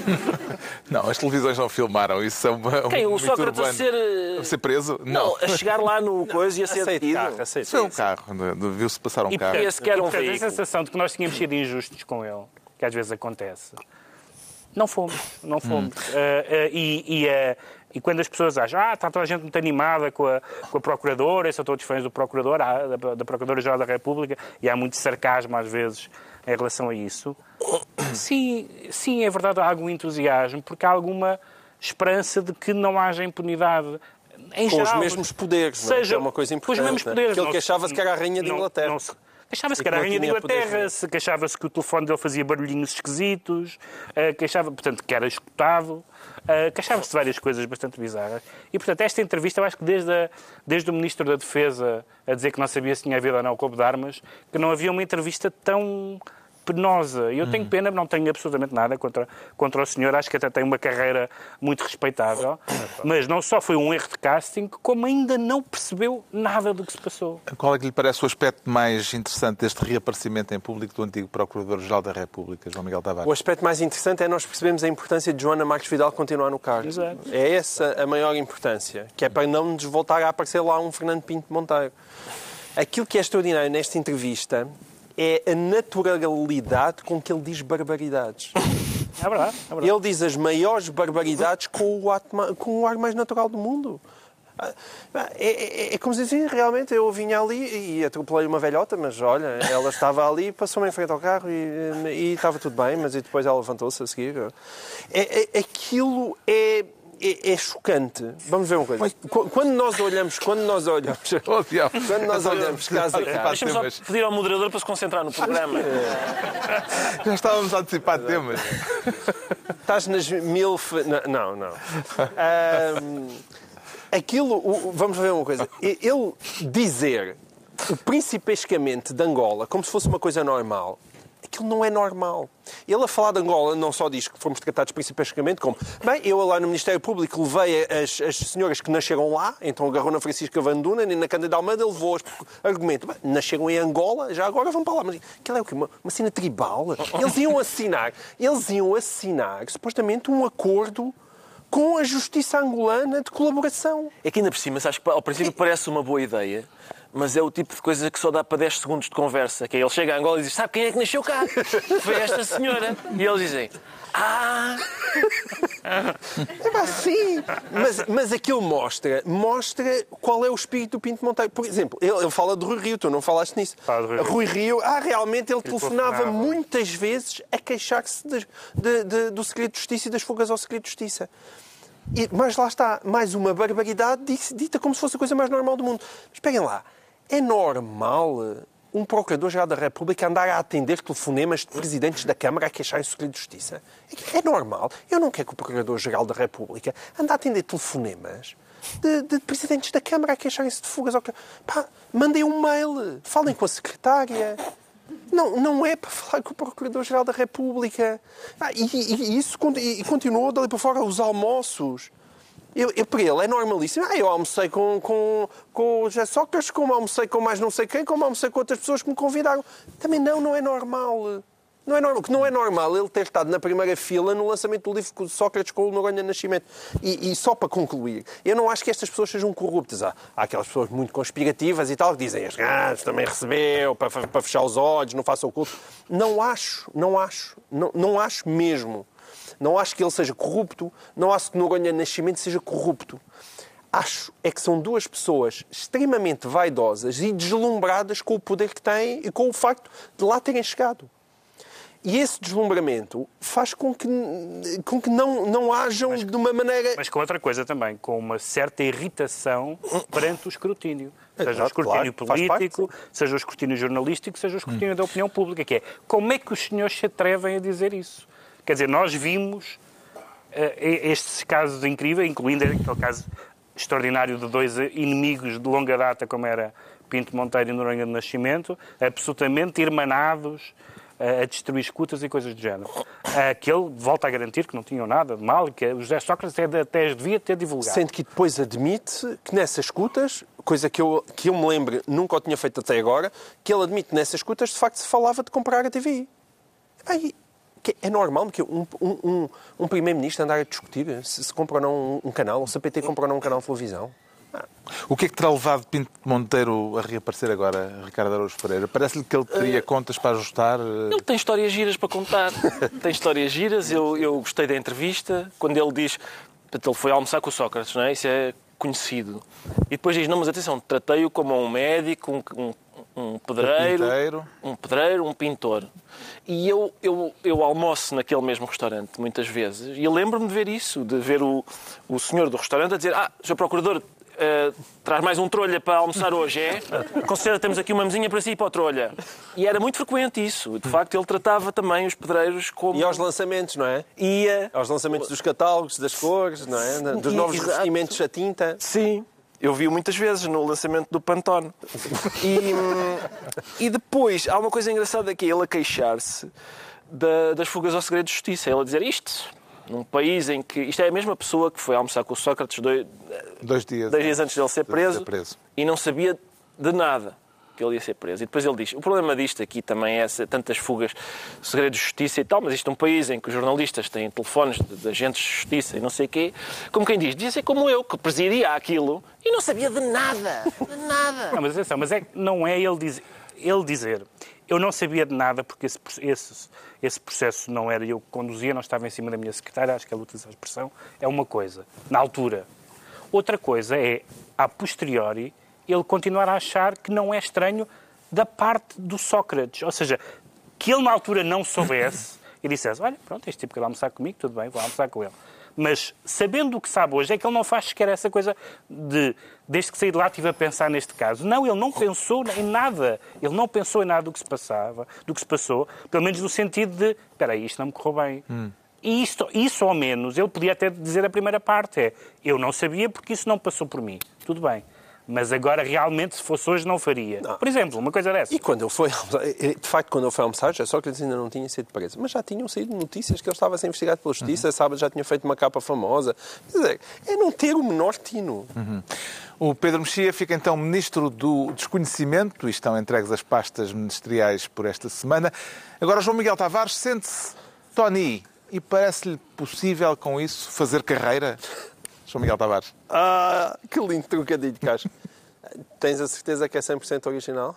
Não, as televisões não filmaram, isso é uma, Quem? um O mito Sócrates a urbano. ser... eh, A ser preso? Não, a chegar lá no coisa e a ser Aceito detido. carro, aceito. Isso é um carro, não é? Viu-se passar um E, carro. portanto, Esse que era um e, portanto, a veículo. sensação de que nós tínhamos sido injustos com ele, que às vezes acontece, não fomos, não fomos. Uh, uh, e, e, uh, e quando as pessoas acham, ah, está toda a gente muito animada com a, com a Procuradora, e são todos fãs do Procurador, ah, da, da Procuradora-Geral da República, e há muito sarcasmo às vezes em relação a isso. Sim, sim, é verdade, há algum entusiasmo, porque há alguma esperança de que não haja impunidade. Em com geral, os mesmos poderes, seja, não é? É uma coisa importante. Com os mesmos poderes. Ele queixava-se que era a rainha de Inglaterra. Não, não se... Queixava-se que era a rainha de Inglaterra, se queixava-se que o telefone dele fazia barulhinhos esquisitos, uh, queixava, portanto, que era escutado, uh, queixava-se de várias coisas bastante bizarras. E, portanto, esta entrevista, eu acho que desde, a, desde o Ministro da Defesa a dizer que não sabia se tinha havido ou não o Cobo de Armas, que não havia uma entrevista tão penosa. E eu tenho pena, não tenho absolutamente nada contra, contra o senhor, acho que até tem uma carreira muito respeitável, mas não só foi um erro de casting, como ainda não percebeu nada do que se passou. Qual é que lhe parece o aspecto mais interessante deste reaparecimento em público do antigo Procurador-Geral da República, João Miguel Tavares? O aspecto mais interessante é nós percebermos a importância de Joana Marques Vidal continuar no cargo. Exato. É essa a maior importância, que é para não nos voltar a aparecer lá um Fernando Pinto Monteiro. Aquilo que é extraordinário nesta entrevista é a naturalidade com que ele diz barbaridades. É verdade, é verdade. Ele diz as maiores barbaridades com o, ato, com o ar mais natural do mundo. É, é, é como se dizia, realmente, eu vinha ali e atropelei uma velhota, mas olha, ela estava ali, passou-me em frente ao carro e, e estava tudo bem, mas e depois ela levantou-se a seguir. É, é, aquilo é... É, é chocante. Vamos ver uma coisa. Quando nós olhamos, quando nós olhamos, quando nós olhamos casa a casa... Deixa-me só pedir ao moderador para se concentrar no programa. Já estávamos a antecipar temas. Estás nas mil... Não, não. Um, aquilo... Vamos ver uma coisa. Ele dizer o principescamente de Angola como se fosse uma coisa normal... Aquilo não é normal. Ele, a falar de Angola, não só diz que fomos tratados principalmente como bem, eu lá no Ministério Público levei as, as senhoras que nasceram lá, então agarrou na Francisca Van Dunen e na Cândida Almeida levou-as por argumento. Bem, nasceram em Angola, já agora vão para lá. Mas aquilo é o quê? Uma, uma cena tribal? Eles iam assinar, eles iam assinar, supostamente, um acordo com a justiça angolana de colaboração. É que ainda por cima, acho que ao princípio parece uma boa ideia, mas é o tipo de coisa que só dá para dez segundos de conversa. Que é, ele chega a Angola e diz, sabe quem é que nasceu cá? Foi esta senhora. E eles dizem, ah... É pá, sim, mas, mas aquilo mostra, mostra qual é o espírito do Pinto Monteiro. Por exemplo, ele, ele fala de Rui Rio, tu não falaste nisso. Fala de Rui Rio. Rui Rio, ah, realmente ele telefonava, telefonava muitas vezes a queixar-se de, de, de, do segredo de justiça e das fugas ao segredo de justiça. E, mas lá está, mais uma barbaridade dita como se fosse a coisa mais normal do mundo. Mas peguem lá, é normal um Procurador-Geral da República andar a atender telefonemas de presidentes da Câmara a queixarem o segredo de justiça? É normal. Eu não quero que o Procurador-Geral da República ande a atender telefonemas de, de presidentes da Câmara a queixarem-se de fugas. Pá, mandem um mail, falem com a secretária. Não, não é para falar com o Procurador-Geral da República. Ah, e, e, e isso e continuou dali para fora os almoços. Eu, eu, para ele é normalíssimo. Ah, eu almocei com, com, com o José Sócrates, como almocei com mais não sei quem, como almocei com outras pessoas que me convidaram. Também não, não é normal. Não é normal. Que não é normal ele ter estado na primeira fila no lançamento do livro de Sócrates com o Noronha Nascimento. E, e só para concluir, eu não acho que estas pessoas sejam corruptas. Há, há aquelas pessoas muito conspirativas e tal, que dizem, ah, também recebeu, para, para fechar os olhos, não faça o culto. Não acho, não acho. Não, não acho mesmo. Não acho que ele seja corrupto, não acho que Noronha Nascimento seja corrupto. Acho é que são duas pessoas extremamente vaidosas e deslumbradas com o poder que têm e com o facto de lá terem chegado. E esse deslumbramento faz com que, com que não, não hajam mas, de uma maneira... Mas com outra coisa também, com uma certa irritação perante o escrutínio. Seja Exato, o escrutínio claro, político, seja o escrutínio jornalístico, seja o escrutínio hum. da opinião pública, que é como é que os senhores se atrevem a dizer isso? Quer dizer, nós vimos uh, estes casos incríveis, incluindo aquele caso extraordinário de dois inimigos de longa data, como era Pinto Monteiro e Noronha de Nascimento, absolutamente irmanados uh, a destruir escutas e coisas do género. Uh, que ele volta a garantir que não tinham nada de mal e que o José Sócrates até as devia ter divulgado. Sendo que depois admite que nessas escutas, coisa que eu, que eu me lembro, nunca o tinha feito até agora, que ele admite que nessas escutas de facto se falava de comprar a T V I. Aí... É normal que um, um, um primeiro-ministro andar a discutir se, se compra ou não um, um canal, ou se a P T compra ou não um canal de televisão. Ah. O que é que terá levado Pinto Monteiro a reaparecer agora, Ricardo Araújo Pereira? Parece-lhe que ele teria uh, contas para ajustar? Ele tem histórias giras para contar. Tem histórias giras. Eu, eu gostei da entrevista, quando ele diz... Portanto, ele foi almoçar com o Sócrates, não é? Isso é conhecido. E depois diz, não, mas atenção, tratei-o como um médico, um, um um pedreiro, Carpinteiro. um pedreiro, um pintor. E eu, eu, eu almoço naquele mesmo restaurante, muitas vezes, e eu lembro-me de ver isso, de ver o, o senhor do restaurante a dizer: ah, senhor Procurador, Uh, traz mais um trolha para almoçar hoje, é? Com certeza temos aqui uma mesinha para si e para o trolha. E era muito frequente isso. De facto, ele tratava também os pedreiros como... E aos lançamentos, não é? Ia... Aos lançamentos dos catálogos, das cores, não é? Dos novos Exato. revestimentos a tinta. Sim. Eu vi muitas vezes no lançamento do Pantone. E, e depois, há uma coisa engraçada que é ele a queixar-se da, das fugas ao segredo de justiça. Ele a dizer isto... Num país em que... Isto é a mesma pessoa que foi almoçar com o Sócrates dois, dois, dias, dois dias antes de ele ser preso, ser preso e não sabia de nada que ele ia ser preso. E depois ele diz... O problema disto aqui também é essa, tantas fugas, segredos de justiça e tal, mas isto é um país em que os jornalistas têm telefones de, de agentes de justiça e não sei o quê. Como quem diz, devia ser como eu, que presidia aquilo e não sabia de nada. De nada. Não, mas atenção, mas é que não é ele dizer... Ele dizer eu não sabia de nada porque esse, esse, esse processo não era eu que conduzia, não estava em cima da minha secretária, acho que ele utiliza a expressão, é uma coisa, na altura. Outra coisa é, a posteriori, ele continuar a achar que não é estranho da parte do Sócrates. Ou seja, que ele na altura não soubesse e dissesse, olha, pronto, este tipo quer almoçar comigo, tudo bem, vou almoçar com ele. Mas, sabendo o que sabe hoje, é que ele não faz sequer essa coisa de, desde que saí de lá, estive a pensar neste caso. Não, ele não pensou em nada. Ele não pensou em nada do que se passava, do que se passou, pelo menos no sentido de, espera aí, isto não me correu bem. Hum. E isto, isso ao menos, ele podia até dizer a primeira parte, é, eu não sabia porque isso não passou por mim. Tudo bem. Mas agora, realmente, se fosse hoje, não faria. Não. Por exemplo, uma coisa dessa. E quando ele foi almoçar, de facto, quando ele foi almoçar, já Sócrates ainda não tinha sido preso. Mas já tinham saído notícias que ele estava a ser investigado pela justiça, uhum. Sábado já tinha feito uma capa famosa. Quer dizer, é não ter o menor tino. Uhum. O Pedro Mexia fica então ministro do Desconhecimento e estão entregues as pastas ministeriais por esta semana. Agora, João Miguel Tavares sente-se Tony e parece-lhe possível, com isso, fazer carreira? João Miguel Tavares. Ah, que lindo trocadilho, Caixa. Tens a certeza que é cem por cento original?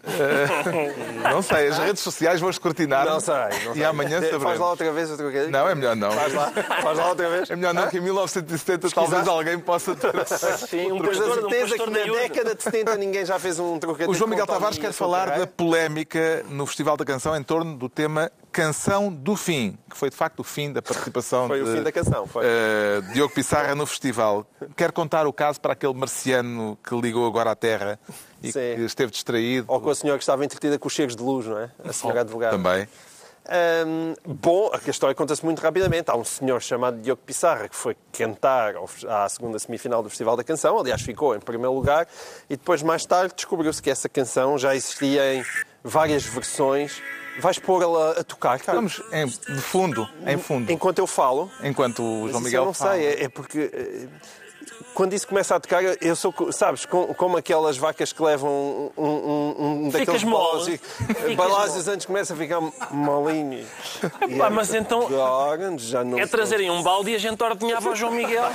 Uh, não sei, as redes sociais vão escrutinar. Não sei, não sei. E amanhã saberemos. Faz lá outra vez o trocadilho? Não, é melhor não. Faz lá, faz lá outra vez. É melhor não, ah? que em mil novecentos e setenta talvez alguém possa ter... Sim, um Tens a certeza um que na década de setenta ninguém já fez um trocadilho. O João Miguel Tavares quer falar da polémica no Festival da Canção em torno do tema Canção do Fim, que foi de facto o fim da participação foi de o fim da canção, foi. Uh, Diogo Pissarra no festival. Quer contar o caso para aquele marciano que ligou agora à Terra e Sim. que esteve distraído? Ou com a senhora que estava entretida com os chegos de luz, não é? A senhora advogada. Também. Um, bom, a história conta-se muito rapidamente. Há um senhor chamado Diogo Pissarra que foi cantar à segunda semifinal do Festival da Canção, aliás ficou em primeiro lugar, e depois mais tarde descobriu-se que essa canção já existia em várias versões. Vais pô-la a tocar, cara? Vamos, em, de fundo, em fundo. Enquanto eu falo. Enquanto o João Miguel eu não fala. sei, é, é porque... Quando isso começa a tocar, eu sou, sabes, como, como aquelas vacas que levam um, um, um daqueles bolos e balásios antes começa a ficar molinho. Pá, mas então agora, já não é trazerem um balde e a gente ordenhava ao João Miguel.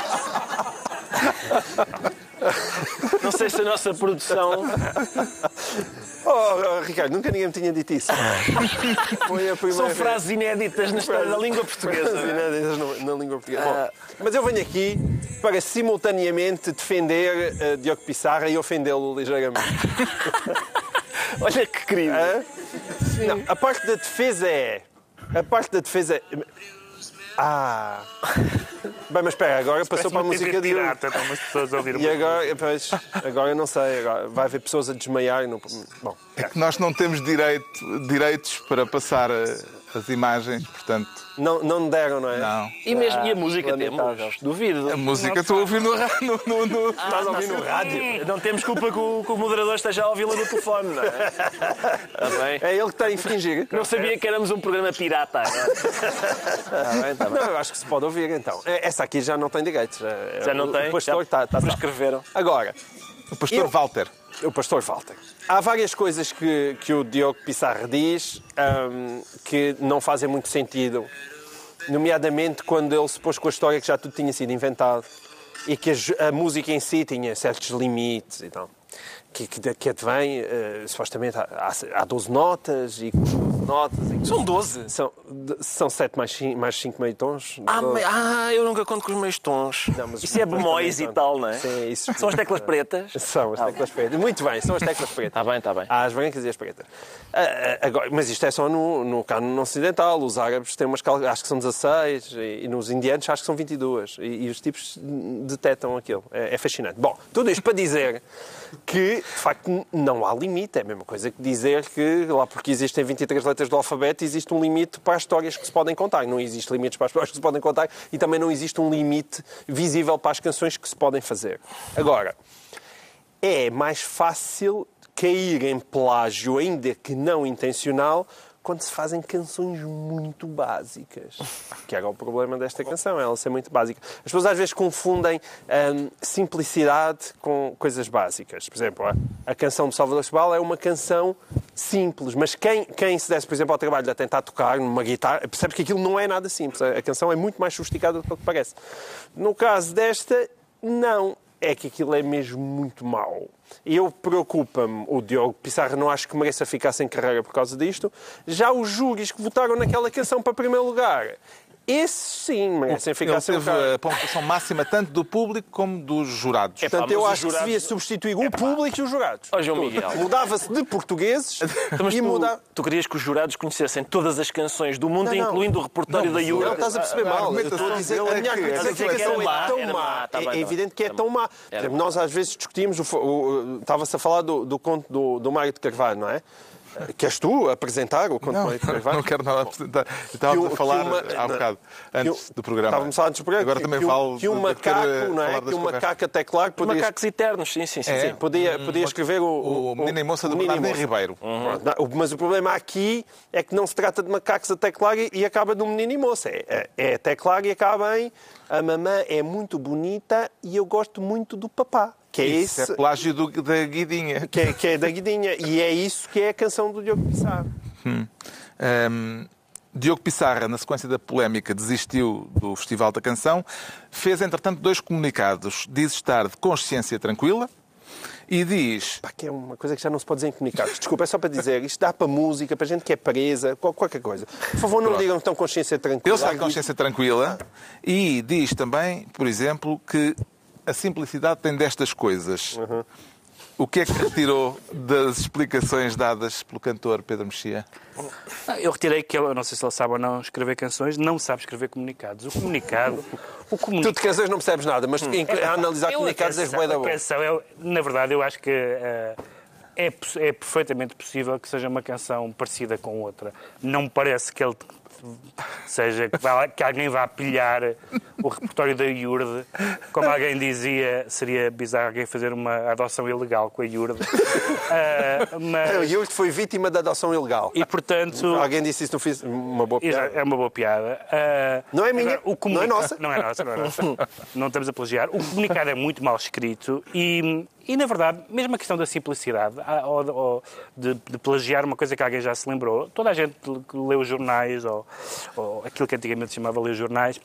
Não sei se a nossa produção... Oh, oh, Ricardo, nunca ninguém me tinha dito isso. Foi a primeira São vez. frases inéditas na história da língua portuguesa. Frases inéditas na, na língua portuguesa. Bom, mas eu venho aqui para simultaneamente defender uh, Diogo Pissarra e ofendê-lo ligeiramente. Olha que querido. Uh, não, a parte da defesa é... A parte da defesa é... Ah... Bem, mas espera, agora passou para a música de... Pirata, para umas pessoas a ouvir e agora, pois, agora não sei, agora vai haver pessoas a desmaiar. No... Bom, é que nós não temos direito, direitos para passar as imagens, portanto... Não, não me deram, não é? Não. E, mesmo, e a música lamentável. temos? Duvido. A música estou a ouvir no rádio. No, no... Ah, Estás a ouvir no rádio? Não temos culpa que o, que o moderador esteja a ouvi-la no telefone, não é? Está bem. É ele que está a infringir. Não sabia que éramos um programa pirata. Está bem, está bem. Não, eu acho que se pode ouvir, então. Essa aqui já não tem direitos. Já não tem? O pastor está... está prescreveram. Agora... O pastor eu... Walter. O pastor Walter. Há várias coisas que, que o Diogo Pissarra diz um, que não fazem muito sentido, nomeadamente quando ele se pôs com a história que já tudo tinha sido inventado e que a, a música em si tinha certos limites e tal. Que, que, que advém, uh, supostamente, há, há doze notas e notas. São doze. São, de- são sete mais cinco, mais cinco meio tons. Ah, me- ah, eu nunca conto com os meios tons. Não, mas Isso é os bemóis e também tal, não é? Sim, isso- São as teclas pretas. São as teclas pretas. Muito bem, são as teclas pretas. Está bem, está bem. Há as brancas e as pretas. Ah, ah, agora, mas isto é só no, no cânon ocidental. Os árabes têm umas cal- acho que são dezasseis, e, e nos indianos acho que são vinte e duas. E, e os tipos detectam aquilo. É, é fascinante. Bom, tudo isto para dizer que, de facto, não há limite. É a mesma coisa que dizer que, lá porque existem vinte e três letras do alfabeto, existe um limite para as histórias que se podem contar. Não existe limites para as histórias que se podem contar e também não existe um limite visível para as canções que se podem fazer. Agora, é mais fácil cair em plágio, ainda que não intencional, quando se fazem canções muito básicas. Que era o problema desta canção, ela ser muito básica. As pessoas às vezes confundem hum, simplicidade com coisas básicas. Por exemplo, a, a canção do Salvador Sobral é uma canção simples, mas quem, quem se desse, por exemplo, ao trabalho de tentar tocar numa guitarra, percebe que aquilo não é nada simples. A, a canção é muito mais sofisticada do que parece. No caso desta, não. É que aquilo é mesmo muito mau. E eu preocupa-me, o Diogo Pissarra não acho que mereça ficar sem carreira por causa disto. Já os júris que votaram naquela canção para primeiro lugar, esses sim merecem ficar Ele sem teve carreira. a pontuação máxima tanto do público como dos jurados. É, Portanto, pá, eu mas os acho que se jurados- devia substituir o público e os jurados. Ó, João Miguel. Mudava-se de portugueses Mas e tu, mudava... tu querias que os jurados conhecessem todas as canções do mundo, Não, não. incluindo o repertório da Não, Yura. estás a perceber mal. Eu estou a dizer que a minha que era argumentação que era é má, tão era má. má, tá bem, É tá evidente bem. que é Era tão má. Por Era exemplo, má. nós às vezes discutimos, o fo- o- estava-se a falar do, do conto do, do Mário de Carvalho, não é? Queres tu apresentar o conto do Não, Mário de Carvalho? não quero nada apresentar. Estávamos Que o- a falar que uma- há bocado, antes Que o- do programa. Estávamos a falar antes do programa. Agora que- também que, falo um- que um de- de ter, macaco, eh, não é? falar das Que um conversas. macaco até claro Os podia... macacos eternos, sim, sim, sim. É. sim. Podia, podia escrever o... O Menino e Moça de Menino e Bernardo Moça. Ribeiro. Pronto, não, mas o problema aqui é que não se trata de macacos a teclar e, e acaba de um menino e moça. É, é, é teclar e acaba em a mamã é muito bonita e eu gosto muito do papá. Que é Isso esse... é plágio do- da Guidinha. Que é, que é da Guidinha. E é isso que é a canção do Diogo Pissarra. Um, Diogo Pissarra, na sequência da polémica, desistiu do Festival da Canção. Fez, entretanto, dois comunicados. Diz estar de consciência tranquila e diz... Pá, que é uma coisa que já não se pode dizer em comunicados. Desculpa, é só para dizer, isto dá para música, para gente que é presa, qual- qualquer coisa. Por favor, não digam que estão consciência tranquila. Ele está de consciência tranquila e diz também, por exemplo, que a simplicidade tem destas coisas. O que é que retirou das explicações dadas pelo cantor Pedro Mexia? Eu retirei que ele, eu não sei se ele sabe ou não escrever canções, não sabe escrever comunicados. O comunicado... O Tu comunicado de canções não percebes nada, mas em- a analisar Eu, comunicados a és canção- bué da a boa. canção é- Na verdade, eu acho que eh, é, poss- é perfeitamente possível que seja uma canção parecida com outra. Não me parece que ele seja que, vá- que alguém vá pilhar o repertório da Iurde. Como alguém dizia, seria bizarro alguém fazer uma adoção ilegal com a Iurde. Ah, O mas, Yuri foi vítima da adoção ilegal. e, portanto... Alguém disse isso, não fiz uma boa piada. É uma boa piada. Ah, Não é minha, agora, o não é comunica- nossa. Não é nossa, não é nossa. Não estamos a plagiar. O comunicado é muito mal escrito e, e na verdade, mesmo a questão da simplicidade, ah, ou, ou de, de plagiar uma coisa que alguém já se lembrou, toda a gente que lê os jornais, ou, ou aquilo que antigamente se chamava ler jornais,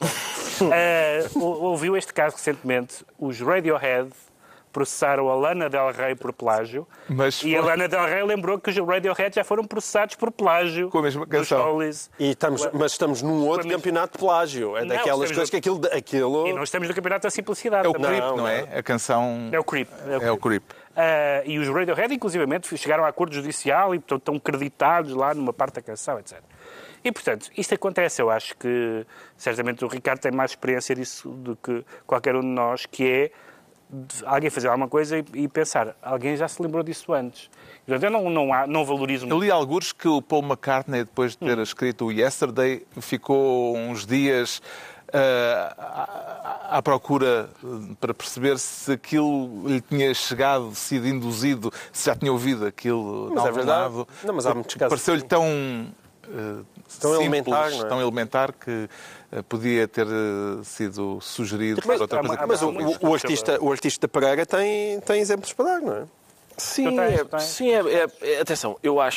ah, ou- ouviu este caso recentemente, os Radiohead processaram a Lana Del Rey por plágio. Mas E a foi- Lana Del Rey lembrou que os Radiohead já foram processados por plágio. Com a mesma dos canção. Hollies. E estamos, mas estamos num outro Não, campeonato de plágio. É Não, daquelas estamos coisas que aquilo... aquilo... E nós estamos no campeonato da simplicidade. É o também. Creep, Não, não é? A canção... É o Creep. É o Creep. Ah, e os Radiohead, inclusivamente, chegaram a acordo judicial e portanto, estão creditados lá numa parte da canção, etcétera. E, portanto, isto acontece. Eu acho que, certamente, o Ricardo tem mais experiência disso do que qualquer um de nós, que é de alguém fazer alguma coisa e, e pensar, alguém já se lembrou disso antes. Portanto, eu não, não, há, não valorizo Eu li alguns que o Paul McCartney, depois de ter escrito o Yesterday, ficou uns dias ah, à, à procura para perceber se aquilo lhe tinha chegado, sido induzido, se já tinha ouvido aquilo de Mas é algum verdade. lado. Não, mas há muitos casos Pareceu-lhe tão, ah, Tão simples, elementar, não é? tão elementar que ah, podia ter ah, sido sugerido Mas- por outra coisa. há- que Mas o, não o, o artista, o artista Pereira tem, tem exemplos para dar, não é? Sim, Tu tens, é, tens. sim é, é- é- atenção, eu acho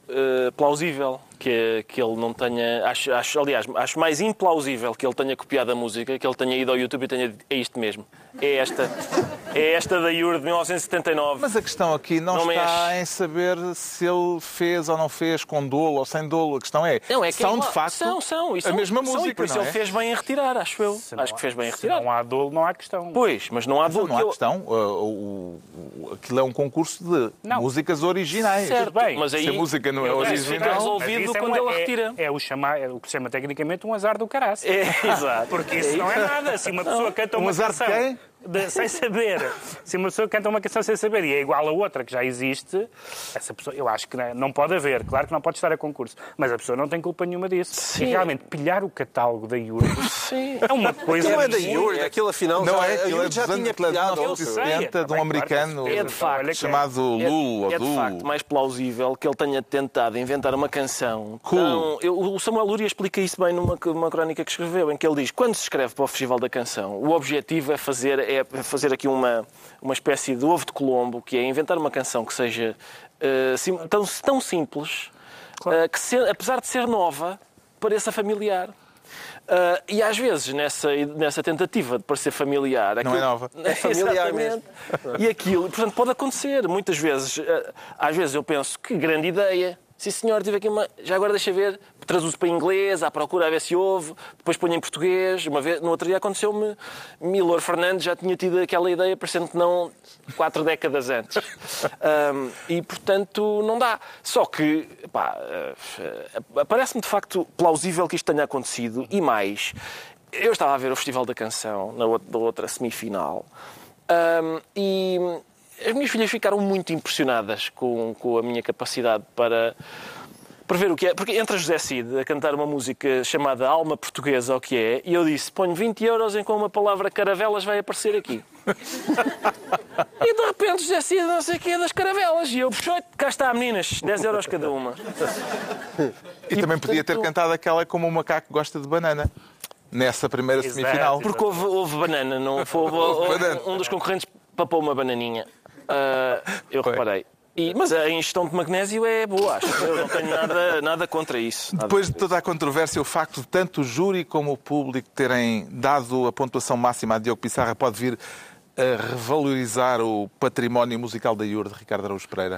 uh, plausível que, que ele não tenha... Acho, acho, aliás, acho mais implausível que ele tenha copiado a música, que ele tenha ido ao YouTube e tenha dito, é isto mesmo. É esta. É esta da Yure de mil novecentos e setenta e nove. Mas a questão aqui não, Não está mexe. em saber se ele fez ou não fez, com dolo ou sem dolo. A questão é, Não, é que são é igual- de facto são, são, e a são- mesma são, música, e por isso não ele é? fez bem em retirar, acho eu. Se não Acho que fez bem em há- retirar. Se não há dolo, não há questão. Pois, mas não há Não, dolo. não há que eu- questão. Uh, o- o- aquilo é um concurso de Não. músicas originais. Certo, bem. mas aí Se a música não é eu acho que original- fica resolvido Mas isso é quando um- ele é- retira. É, o, chama, é o que se chama tecnicamente um azar do caraças. É, exato. Porque isso não é nada. Se uma pessoa canta Um uma azar de canção quem? de- sem saber, se uma pessoa canta uma canção sem saber e é igual a outra que já existe, essa pessoa, eu acho que não, não pode haver. Claro que não pode estar a concurso, mas a pessoa não tem culpa nenhuma disso. Sim. E realmente pilhar o catálogo da Yuri Sim. é uma coisa. Não é da muito- Yuri, aquilo afinal Não já, é, a aquilo é Yuri dos já anos tinha de mil pilhado. novecentos e eu sei, setenta, é, de um também, claro, americano é de facto. Olha que- chamado Lulu. ou É de Dulu. facto mais plausível que ele tenha tentado inventar uma canção. Cool. Tão- eu- o Samuel Luria explica isso bem numa uma crónica que escreveu, em que ele diz quando se escreve para o Festival da Canção, o objetivo é fazer, é fazer aqui uma, uma espécie de ovo de Colombo, que é inventar uma canção que seja eh, sim- tão, tão simples, eh, que se- apesar de ser nova, pareça familiar. Uh, e às vezes, nessa, nessa tentativa de parecer familiar... Não é nova. É familiar Exatamente. E aquilo, portanto, pode acontecer. Muitas vezes, uh, às vezes eu penso, que grande ideia. Sim, senhor, tive aqui uma... Já agora deixa ver, traduzo para inglês, à procura a ver se houve, depois ponho em português. Uma vez, no outro dia aconteceu-me, Milor Fernandes já tinha tido aquela ideia, parecendo que não quatro décadas antes. Um, e, portanto, não dá. Só que, pá, uh, parece-me de facto plausível que isto tenha acontecido. E mais, eu estava a ver o Festival da Canção, na outra, da outra semifinal, um, e... As minhas filhas ficaram muito impressionadas com, com a minha capacidade para prever o que é. Porque entra José Cid a cantar uma música chamada Alma Portuguesa, o que é, e eu disse, ponho vinte euros em como a palavra caravelas vai aparecer aqui. E de repente José Cid não sei o que é das caravelas. E eu, puxei, cá está, meninas, dez euros cada uma. E, também podia ter portanto- cantado aquela como o macaco gosta de banana. Nessa primeira Exato. semifinal. Porque houve, houve banana, não foi? Houve, houve- Banana. um dos concorrentes papou uma bananinha. Ah, eu Foi. reparei. E, mas a ingestão de magnésio é boa, acho. Eu não tenho nada, nada contra isso. Nada Depois de contra toda a controvérsia, o facto de tanto o júri como o público terem dado a pontuação máxima a Diogo Pissarra pode vir a revalorizar o património musical da Yure de Ricardo Araújo Pereira?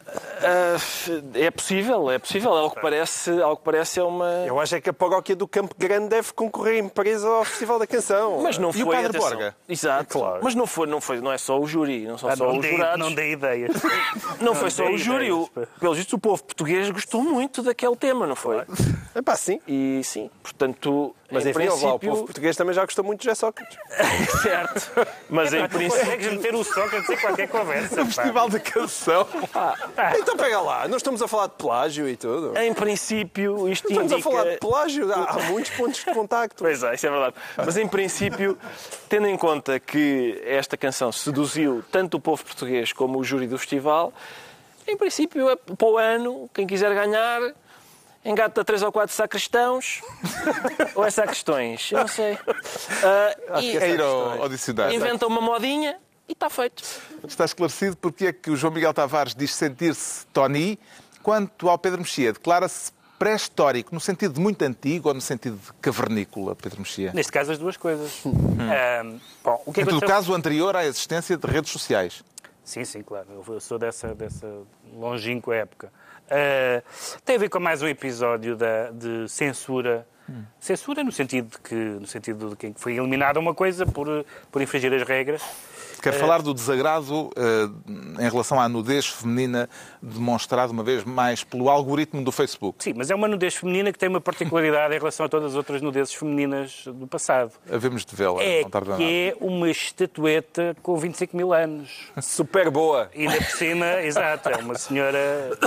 Ah, é possível, é possível. Ao que parece, ao que parece é uma... Eu acho é que a paróquia do Campo Grande deve concorrer em presa ao Festival da Canção. Mas não E o foi, Padre atenção. Borga? Exato. Claro. Mas não foi, não foi, não é só o júri, não são Ah, só não, os dei, jurados. não dei ideias. Não foi só dei o júri. O, ideias, pá. pelos vistos, o povo português gostou muito daquele tema, não foi? É pá, sim. E sim, portanto, Mas em enfim, lá, o princípio... povo português também já gostou muito de José Sócrates. Certo. Mas em Tu princípio... consegues meter o Sócrates em qualquer conversa. pá. Festival da Canção. Então pega lá, nós estamos a falar de plágio e tudo. Em princípio, isto Estamos indica... a falar de plágio, há, há muitos pontos de contacto. Pois é, isso é verdade. Mas em princípio, tendo em conta que esta canção seduziu tanto o povo português como o júri do festival, em princípio, é para o ano, quem quiser ganhar, engata três ou quatro sacristãos ou é sacristões, eu não sei. Ah, e É ir ao, ao dicionário. inventa uma modinha e está feito. Está esclarecido porque é que o João Miguel Tavares diz sentir-se Tony, quanto ao Pedro Mexia declara-se pré-histórico, no sentido de muito antigo ou no sentido de cavernícola, Pedro Mexia? Neste caso, as duas coisas. Ahm, bom, o que Em todo aconteceu- caso, anterior à existência de redes sociais. Sim, sim, claro. Eu sou dessa, dessa longínqua época. Uh, tem a ver com mais um episódio da, de censura. Hum. Censura no sentido de que, no sentido de que foi eliminada uma coisa por, por infringir as regras. Quero falar do desagrado eh, em relação à nudez feminina demonstrado uma vez mais pelo algoritmo do Facebook. Sim, mas é uma nudez feminina que tem uma particularidade em relação a todas as outras nudezes femininas do passado. Havemos de vê-la, É não tarda nada. que é uma estatueta com vinte e cinco mil anos. Super boa. E ainda por cima, exato, é uma senhora...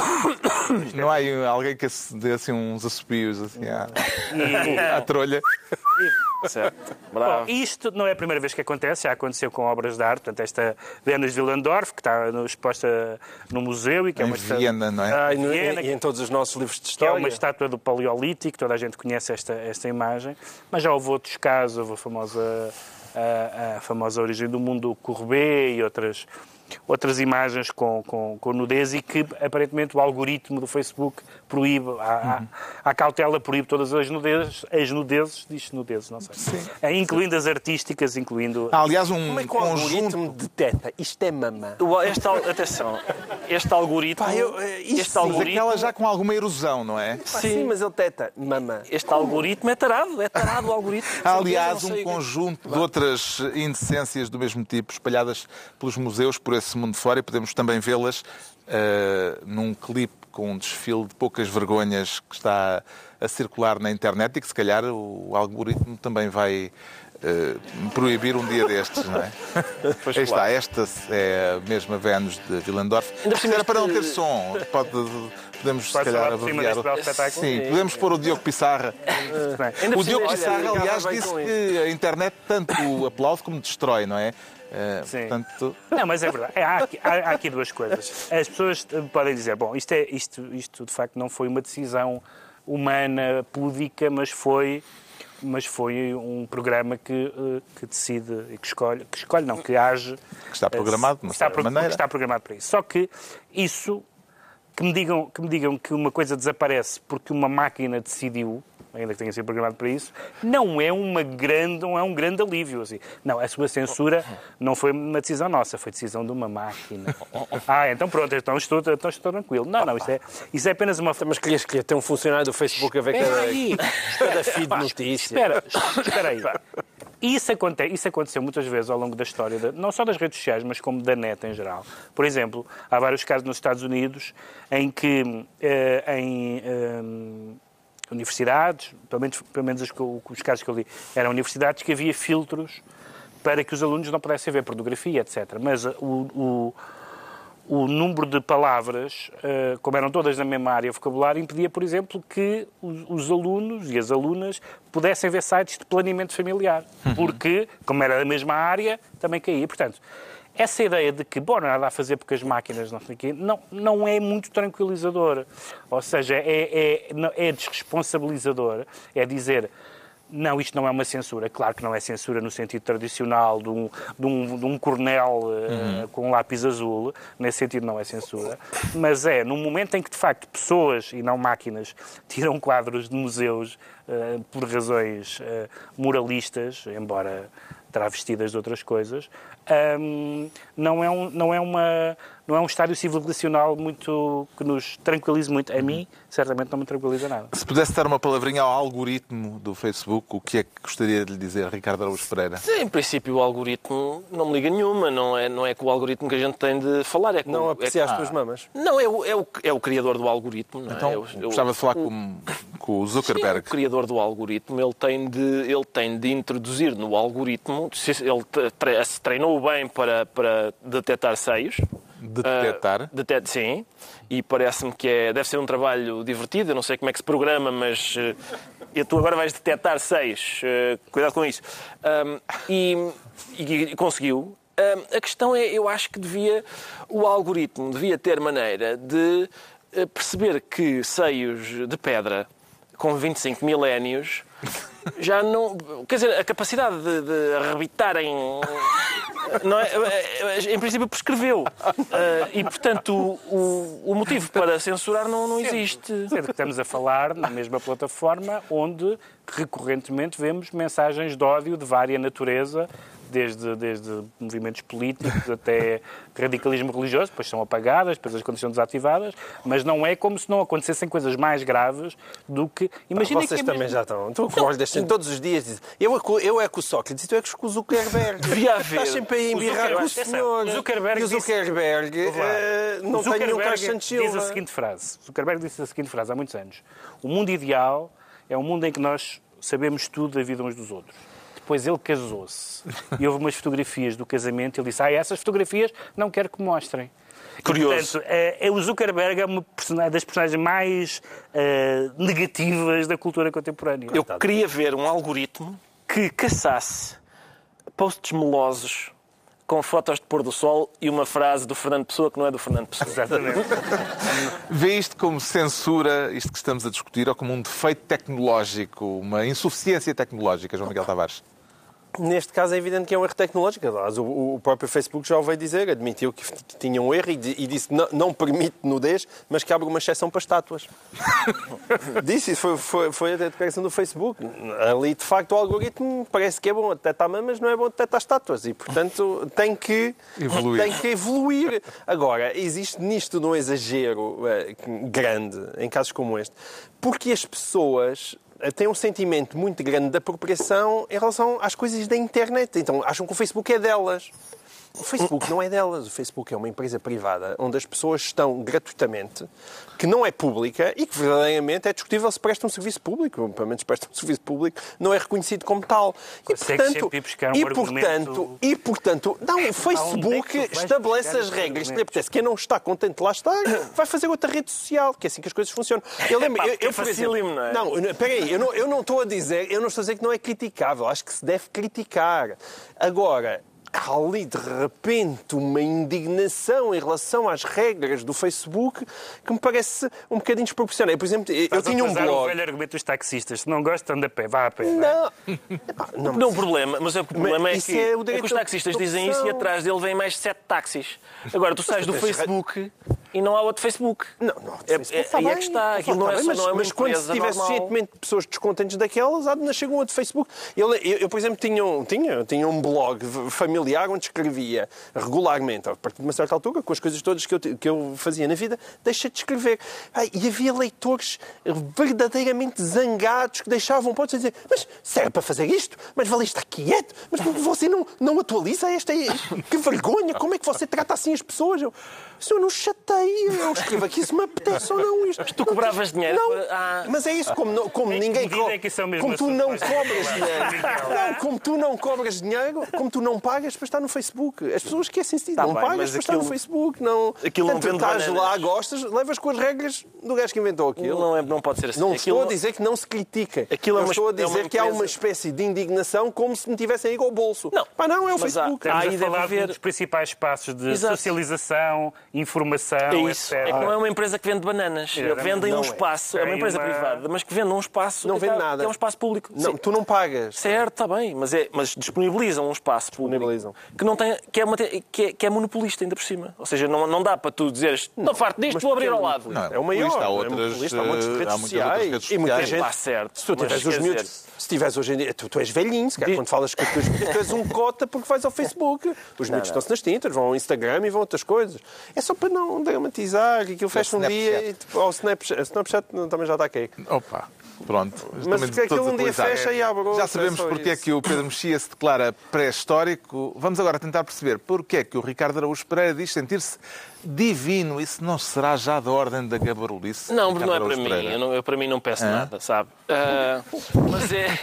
Não há aí alguém que se dê assim uns assobios assim à, E, à trolha. Certo. Bom, Bravo. isto não é a primeira vez que acontece, já aconteceu com obras de arte. Portanto, esta Vênus de Willandorf, que está no- exposta no museu e que é Em uma esta- Viena, não é? Ah, e, no- Viena, e em todos os nossos livros de que é história. uma estátua do Paleolítico, toda a gente conhece esta, esta imagem, mas já houve outros casos, houve a famosa, a, a famosa origem do mundo Courbet e outras, outras imagens com, com, com nudez e que aparentemente o algoritmo do Facebook proíbe, há, uhum. há, há cautela, proíbe todas as nudezes, as nudezes, diz nudezes, não sei, Sim. incluindo as artísticas, incluindo... Há, aliás, um Como é que o conjunto... algoritmo detecta? Isto é mama. Este, atenção, este algoritmo... Pá, eu, este sim, algoritmo... Aquela já com alguma erosão, não é? Pá, sim, mas ele detecta mama. Este algoritmo é tarado, é tarado o algoritmo. Há, aliás, um conjunto de outras indecências do mesmo tipo, espalhadas pelos museus por esse mundo fora, e podemos também vê-las uh, num clipe com um desfile de poucas vergonhas que está a circular na internet e que, se calhar, o algoritmo também vai uh, proibir um dia destes, não é? Pois Aí claro. está, esta é a mesma Vênus de Willendorf. Era para não ter som, pode... Podemos, se calhar, abreviar. Sim, podemos pôr o Diogo Pissarra. O Diogo Pissarra, aliás, disse que a internet tanto aplaude como destrói, não é? Uh, Sim. Portanto... Não, mas é verdade. Há aqui, há, há aqui duas coisas. As pessoas podem dizer, bom, isto, é, isto, isto de facto não foi uma decisão humana, púdica, mas foi, mas foi um programa que, que decide, que escolhe, que escolhe, não, que age... Que está programado, de uma está, certa maneira. Que está programado para isso. Só que isso... Que me, digam, que me digam que uma coisa desaparece porque uma máquina decidiu, ainda que tenha sido programado para isso, não é, uma grande, não é um grande alívio. Assim. Não, a sua censura não foi uma decisão nossa, foi decisão de uma máquina. Ah, então pronto, então estou, então estou tranquilo. Não, não, isso é, isso é apenas uma... Mas querias que ter um funcionário do Facebook a ver cada, cada feed de notícias. Espera, espera aí. Isso, aconte, isso aconteceu muitas vezes ao longo da história, de, não só das redes sociais, mas como da net em geral. Por exemplo, há vários casos nos Estados Unidos em que eh, em eh, universidades, pelo menos, pelo menos os, os casos que eu li, eram universidades que havia filtros para que os alunos não pudessem ver pornografia, etcétera. Mas o... o O número de palavras, como eram todas na mesma área vocabulário, impedia, por exemplo, que os alunos e as alunas pudessem ver sites de planeamento familiar. Porque, como era da mesma área, também caía. Portanto, essa ideia de que, bom, não há nada a fazer porque as máquinas não sei o quê, não, não é muito tranquilizador. Ou seja, é, é, é desresponsabilizador. É dizer... Não, isto não é uma censura. Claro que não é censura no sentido tradicional de um, de um, de um coronel uh, uhum. com um lápis azul. Nesse sentido não é censura. Mas é, num momento em que, de facto, pessoas e não máquinas tiram quadros de museus uh, por razões uh, moralistas, embora travestidas de outras coisas, um, não, é um, não, é uma, não é um estádio civilizacional muito, que nos tranquilize muito. A mim, certamente, não me tranquiliza nada. Se pudesse dar uma palavrinha ao algoritmo do Facebook, o que é que gostaria de lhe dizer, Ricardo Araújo Pereira? Sim, em princípio, o algoritmo não me liga nenhuma. Não é, não é com o algoritmo que a gente tem de falar. É com, não apreciar as é, tuas ah, mamas? Não, é o, é, o, é o criador do algoritmo. Não é? Então, é o, eu gostava de falar o, com, com o Zuckerberg. Sim, o criador do algoritmo, ele tem de, ele tem de introduzir no algoritmo, se ele se treinou bem para, para detectar seios. Detectar? Uh, detet, sim. E parece-me que é, deve ser um trabalho divertido. Eu não sei como é que se programa, mas uh, tu agora vais detectar seios. Uh, cuidado com isso. Um, e, e, e conseguiu. Um, a questão é, eu acho que devia, o algoritmo devia ter maneira de uh, perceber que seios de pedra com vinte e cinco milénios já não... Quer dizer, a capacidade de, de arrebitarem... Não é, em princípio, prescreveu. Uh, e, portanto, o, o motivo para censurar não, não existe. Sendo que estamos a falar na mesma plataforma onde, recorrentemente, vemos mensagens de ódio de várias natureza, desde, desde movimentos políticos até radicalismo religioso, depois são apagadas, depois as condições são desativadas, mas não é como se não acontecessem coisas mais graves do que... Imagina Vocês que é também mesmo... já estão. Tu acordas todos os dias dizes, eu é com, eu é com o Sócrates e tu é com o Zuckerberg. Devia haver. Estás sempre a embirrar com o senhor. O Zuckerberg e o Zuckerberg disse... uh, não tem nenhum caixa de diz a seguinte frase. Zuckerberg disse a seguinte frase há muitos anos. O mundo ideal é um mundo em que nós sabemos tudo da vida uns dos outros. Depois ele casou-se e houve umas fotografias do casamento e ele disse, ah, essas fotografias não quero que mostrem. Curioso. E, portanto, é, é, o Zuckerberg é uma das personagens mais uh, negativas da cultura contemporânea. Eu queria ver um algoritmo que caçasse posts melosos com fotos de pôr do sol e uma frase do Fernando Pessoa que não é do Fernando Pessoa. Exatamente. Vê isto como censura, isto que estamos a discutir, ou como um defeito tecnológico, uma insuficiência tecnológica, João Miguel Tavares? Neste caso é evidente que é um erro tecnológico. Aliás, o, o próprio Facebook já o veio dizer, admitiu que tinha um erro e, e disse que não, não permite nudez, mas que abre uma exceção para estátuas. Disse isso, foi, foi, foi a declaração do Facebook. Ali, de facto, o algoritmo parece que é bom detectar mamas, não é bom detectar estátuas e, portanto, tem que evoluir. Tem que evoluir. Agora, existe nisto um exagero é, grande, em casos como este, porque as pessoas têm um sentimento muito grande de apropriação em relação às coisas da internet. Então, acham que o Facebook é delas. O Facebook não é delas. O Facebook é uma empresa privada onde as pessoas estão gratuitamente, que não é pública e que verdadeiramente é discutível se presta um serviço público. Pelo menos presta um serviço público, não é reconhecido como tal. E, portanto, um e, portanto, e, portanto, não, o Facebook estabelece as regras que lhe apetece. Quem não está contente lá está, vai fazer outra rede social, que é assim que as coisas funcionam. Eu lembro, eu, eu, por exemplo, não é? Não, espera aí, eu não, eu não estou a dizer, eu não estou a dizer que não é criticável. Acho que se deve criticar. Agora, há ali, de repente, uma indignação em relação às regras do Facebook que me parece um bocadinho desproporcional. Por exemplo, eu, eu tinha um blog... o velho argumento dos taxistas. Se não gosta, anda a pé. Vá a pé. Não. Não, não, o problema, mas o problema é que, é, o é que os taxistas dizem isso e atrás dele vêm mais sete táxis. Agora, tu sais do Facebook e não há outro Facebook. Não, não. É, é, aí é que está. Aquilo não é só, mas, não é uma mas quando se tiver suficientemente pessoas descontentes daquelas, há de nascer um outro Facebook. Eu, eu, eu, por exemplo, tinha um, tinha, tinha um blog familiar onde escrevia regularmente, a partir de uma certa altura, com as coisas todas que eu, que eu fazia na vida, deixei de escrever. Ai, e havia leitores verdadeiramente zangados que deixavam pontos a dizer: mas serve para fazer isto? Mas vale estar quieto? Mas você não, não atualiza esta... Que vergonha! Como é que você trata assim as pessoas? Eu, se eu não chateio, eu escrevo aqui se me apetece ou não isto. Mas tu cobravas dinheiro? Não, para... ah. mas é isso, como, como ninguém cobra. É que são mesmo como tu não cobras coisas. dinheiro. Não, como tu não cobras dinheiro, como tu não pagas para estar no Facebook. As pessoas esquecem-se disso. Tá não bem, pagas mas para aquilo... estar no Facebook. Não. Aquilo não Portanto, vende estás bananas. lá, gostas, levas com as regras do gajo que inventou aquilo. Não, é, não pode ser assim. Não aquilo... estou a dizer que não se critica. Aquilo é Eu uma, estou a é dizer uma que há uma empresa... espécie de indignação como se me tivessem ido ao bolso. Não. Pá, não, é o Mas há- Facebook. há- Estamos aí a deve falar haver- dos principais espaços de Exato. socialização, informação, É isso. É que etcétera. não é uma empresa que vende bananas. É, Vendem não um é. espaço. É uma Tem empresa uma- privada, mas que vende um espaço. Não que vende é- nada. que é um espaço público. Não, Sim. tu não pagas. Certo, está bem, mas, é, mas disponibilizam um espaço público Disponibilizam. que, não tem, que, é uma, que, é, que é monopolista ainda por cima. Ou seja, não, não dá para tu dizeres estou farto disto, Mas vou abrir porque ao é lado. Não, É o maior. Há é outras, monopolista, há muitas eh, redes há muitas outras sociais. redes E muita sociais. gente. Está certo. Se tu Mas, tiveres os quer miúdos, dizer, se tiveres hoje em dia, tu, tu és velhinho, se calhar, Diz- quando falas com os teus miúdos, tu és um cota porque vais ao Facebook. Os miúdos estão-se nas tintas, vão ao Instagram e vão a outras coisas. É só para não dramatizar, que aquilo fecha um Snapchat. dia e tipo, ao Snapchat, Snapchat também já está aqui. Opa, pronto. Mas Também que aquilo todos um dia utilizados. fecha e abre outro, Já é sabemos só porque é isso. que o Pedro Mexia se declara pré-histórico. Vamos agora tentar perceber porque é que o Ricardo Araújo Pereira diz sentir-se divino. Isso não será já da ordem da gabarulice? Não, Ricardo não é para Araújo mim. Pereira? Eu, não, eu para mim não peço nada, sabe? Ah, mas é,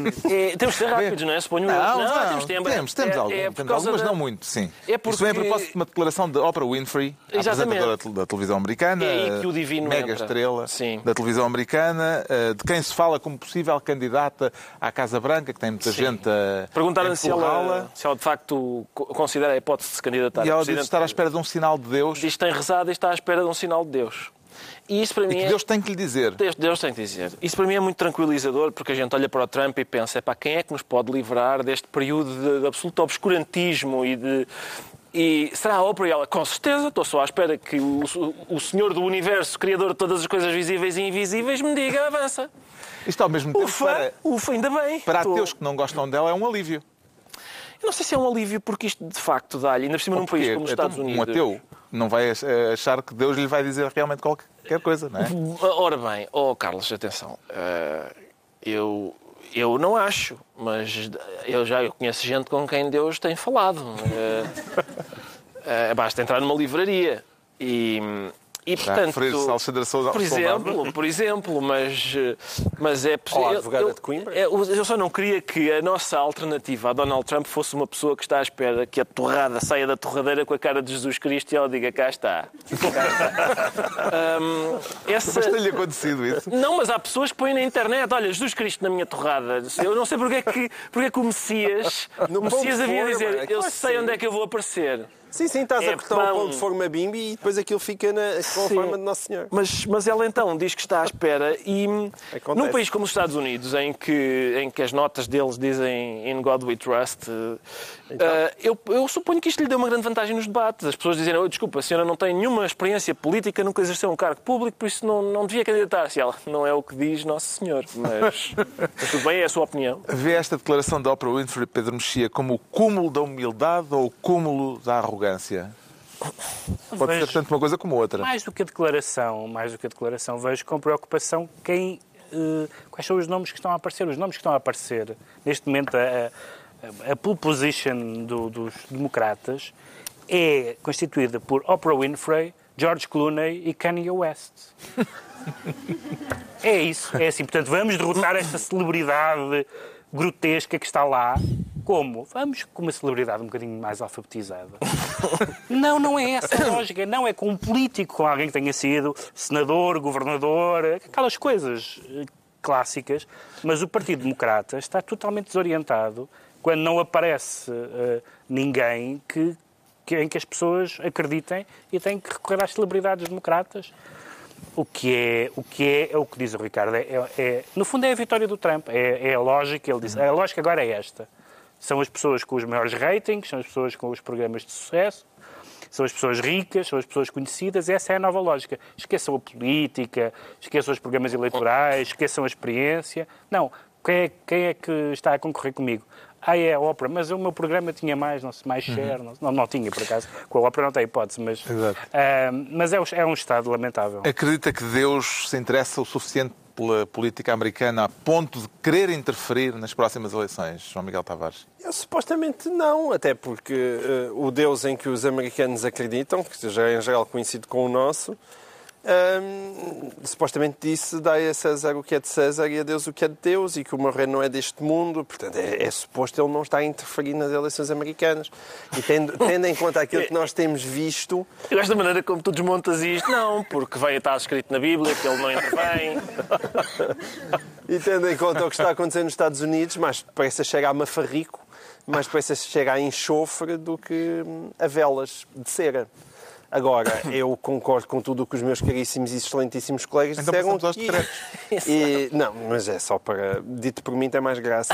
é- Temos de ser rápidos, não é? Suponho eu. Não, não, temos tempo. temos, temos é, algum, é por temos causa algum, mas da- não muito, sim. É Isto vem a porque- propósito de uma declaração de Oprah Winfrey, a Exatamente. apresentadora da televisão americana, É aí que o divino mega entra. estrela Sim. da televisão americana, eh, de quem se fala como possível candidata à Casa Branca, que tem muita gente a Perguntaram se empurrá-la. ela, se ela de facto co- considera a hipótese de se candidatar E a ela diz presidente. estar à espera de um sinal de Deus Diz que tem rezado e está à espera de um sinal de Deus. E isso para e mim que é... Deus tem que lhe dizer. Deus, Deus tem que dizer. Isso para mim é muito tranquilizador, porque a gente olha para o Trump e pensa, epá, quem é que nos pode livrar deste período de, de absoluto obscurantismo e de... E será a Oprah? E ela, com certeza, estou só à espera que o, o Senhor do Universo, Criador de todas as coisas visíveis e invisíveis, me diga, avança. Isto ao mesmo tempo Ufa, para, ufa, ainda bem. para Estou- ateus que não gostam dela é um alívio. Eu não sei se é um alívio, porque isto de facto dá-lhe, ainda por cima num país Porque como os então, Estados Unidos... um ateu não vai ach- achar que Deus lhe vai dizer realmente qualquer coisa, não é? Ora bem, oh Carlos, atenção, eh, eu, eu não acho, mas eu já eu conheço gente com quem Deus tem falado. Eh, eh, basta entrar numa livraria e, e Já portanto... referir-se a Alexandre Sousa Por exemplo, Solnado. por exemplo, mas, mas é Ou a possível. advogada de Coimbra. Eu, eu só não queria que a nossa alternativa a Donald Trump fosse uma pessoa que está à espera que a torrada saia da torradeira com a cara de Jesus Cristo e ela diga cá está. Cá está. Hum, essa... Mas tem-lhe acontecido isso. Não, mas há pessoas que põem na internet, olha, Jesus Cristo na minha torrada. Eu não sei porque é que, porque é que o Messias, o Messias havia a dizer, eu sei onde é que eu vou aparecer. Sim, sim, estás É a cortar o pão. pão de forma bimbi e depois aquilo fica na, com a Sim. forma de Nosso Senhor. Mas, mas ela então diz que está à espera e Acontece. num país como os Estados Unidos, em que, em que as notas deles dizem In God We Trust, Então? uh, eu, eu suponho que isto lhe deu uma grande vantagem nos debates. As pessoas dizem, oh, desculpa, a senhora não tem nenhuma experiência política, nunca exerceu um cargo público, por isso não, não devia candidatar-se. Ela, não é o que diz Nosso Senhor, mas, mas tudo bem, é a sua opinião. Vê esta declaração da Oprah Winfrey, Pedro Mexia, como o cúmulo da humildade ou o cúmulo da arrogância? Pode Vejo- ser tanto uma coisa como outra. Mais do que a declaração, mais do que a declaração, vejo com preocupação quem, eh, quais são os nomes que estão a aparecer. Os nomes que estão a aparecer, neste momento, a, a, a pole position do- dos democratas é constituída por Oprah Winfrey, George Clooney e Kanye West. É isso, é assim. Portanto, vamos derrotar esta celebridade grotesca que está lá. Como? Vamos com uma celebridade um bocadinho mais alfabetizada. Não, não é essa a lógica. Não é com um político, com alguém que tenha sido senador, governador, aquelas coisas eh, clássicas. Mas o Partido Democrata está totalmente desorientado quando não aparece eh, ninguém que, que, em que as pessoas acreditem e têm que recorrer às celebridades democratas. O que é o que, é, é o que diz o Ricardo. É, é, é- no fundo é a vitória do Trump. É, é a lógica. Ele diz, a lógica agora é esta. São as pessoas com os maiores ratings, são as pessoas com os programas de sucesso, são as pessoas ricas, são as pessoas conhecidas. Essa é a nova lógica. Esqueçam a política, esqueçam os programas eleitorais, esqueçam a experiência. Não. Quem é, quem é que está a concorrer comigo? Ah, é a Oprah, mas o meu programa tinha mais, não sei, mais share. Não, não, não tinha, por acaso. Com a Oprah não tem hipótese, mas, Exato. ah, mas é, um- é um estado lamentável. Acredita que Deus se interessa o suficiente pela política americana a ponto de querer interferir nas próximas eleições, João Miguel Tavares? Eu, supostamente não, até porque eh, o Deus em que os americanos acreditam, que já é em geral conhecido com o nosso, hum, supostamente disse: dai a César o que é de César e a Deus o que é de Deus, e que o meu reino não é deste mundo. Portanto, é, é suposto ele não estar a interferir nas eleições americanas. E tendo, tendo em conta aquilo que nós temos visto, Eu gosto da maneira como tu desmontas isto. Não, porque vai estar escrito na Bíblia que ele não intervém. e tendo em conta o que está acontecendo nos Estados Unidos, mais depressa chega a mafarrico, mais depressa chega a enxofre do que hum, a velas de cera. Agora, eu concordo com tudo o que os meus caríssimos e excelentíssimos colegas Então disseram passamos aos aqui. decretos. E, não, mas é só para... Dito por mim tem mais graça.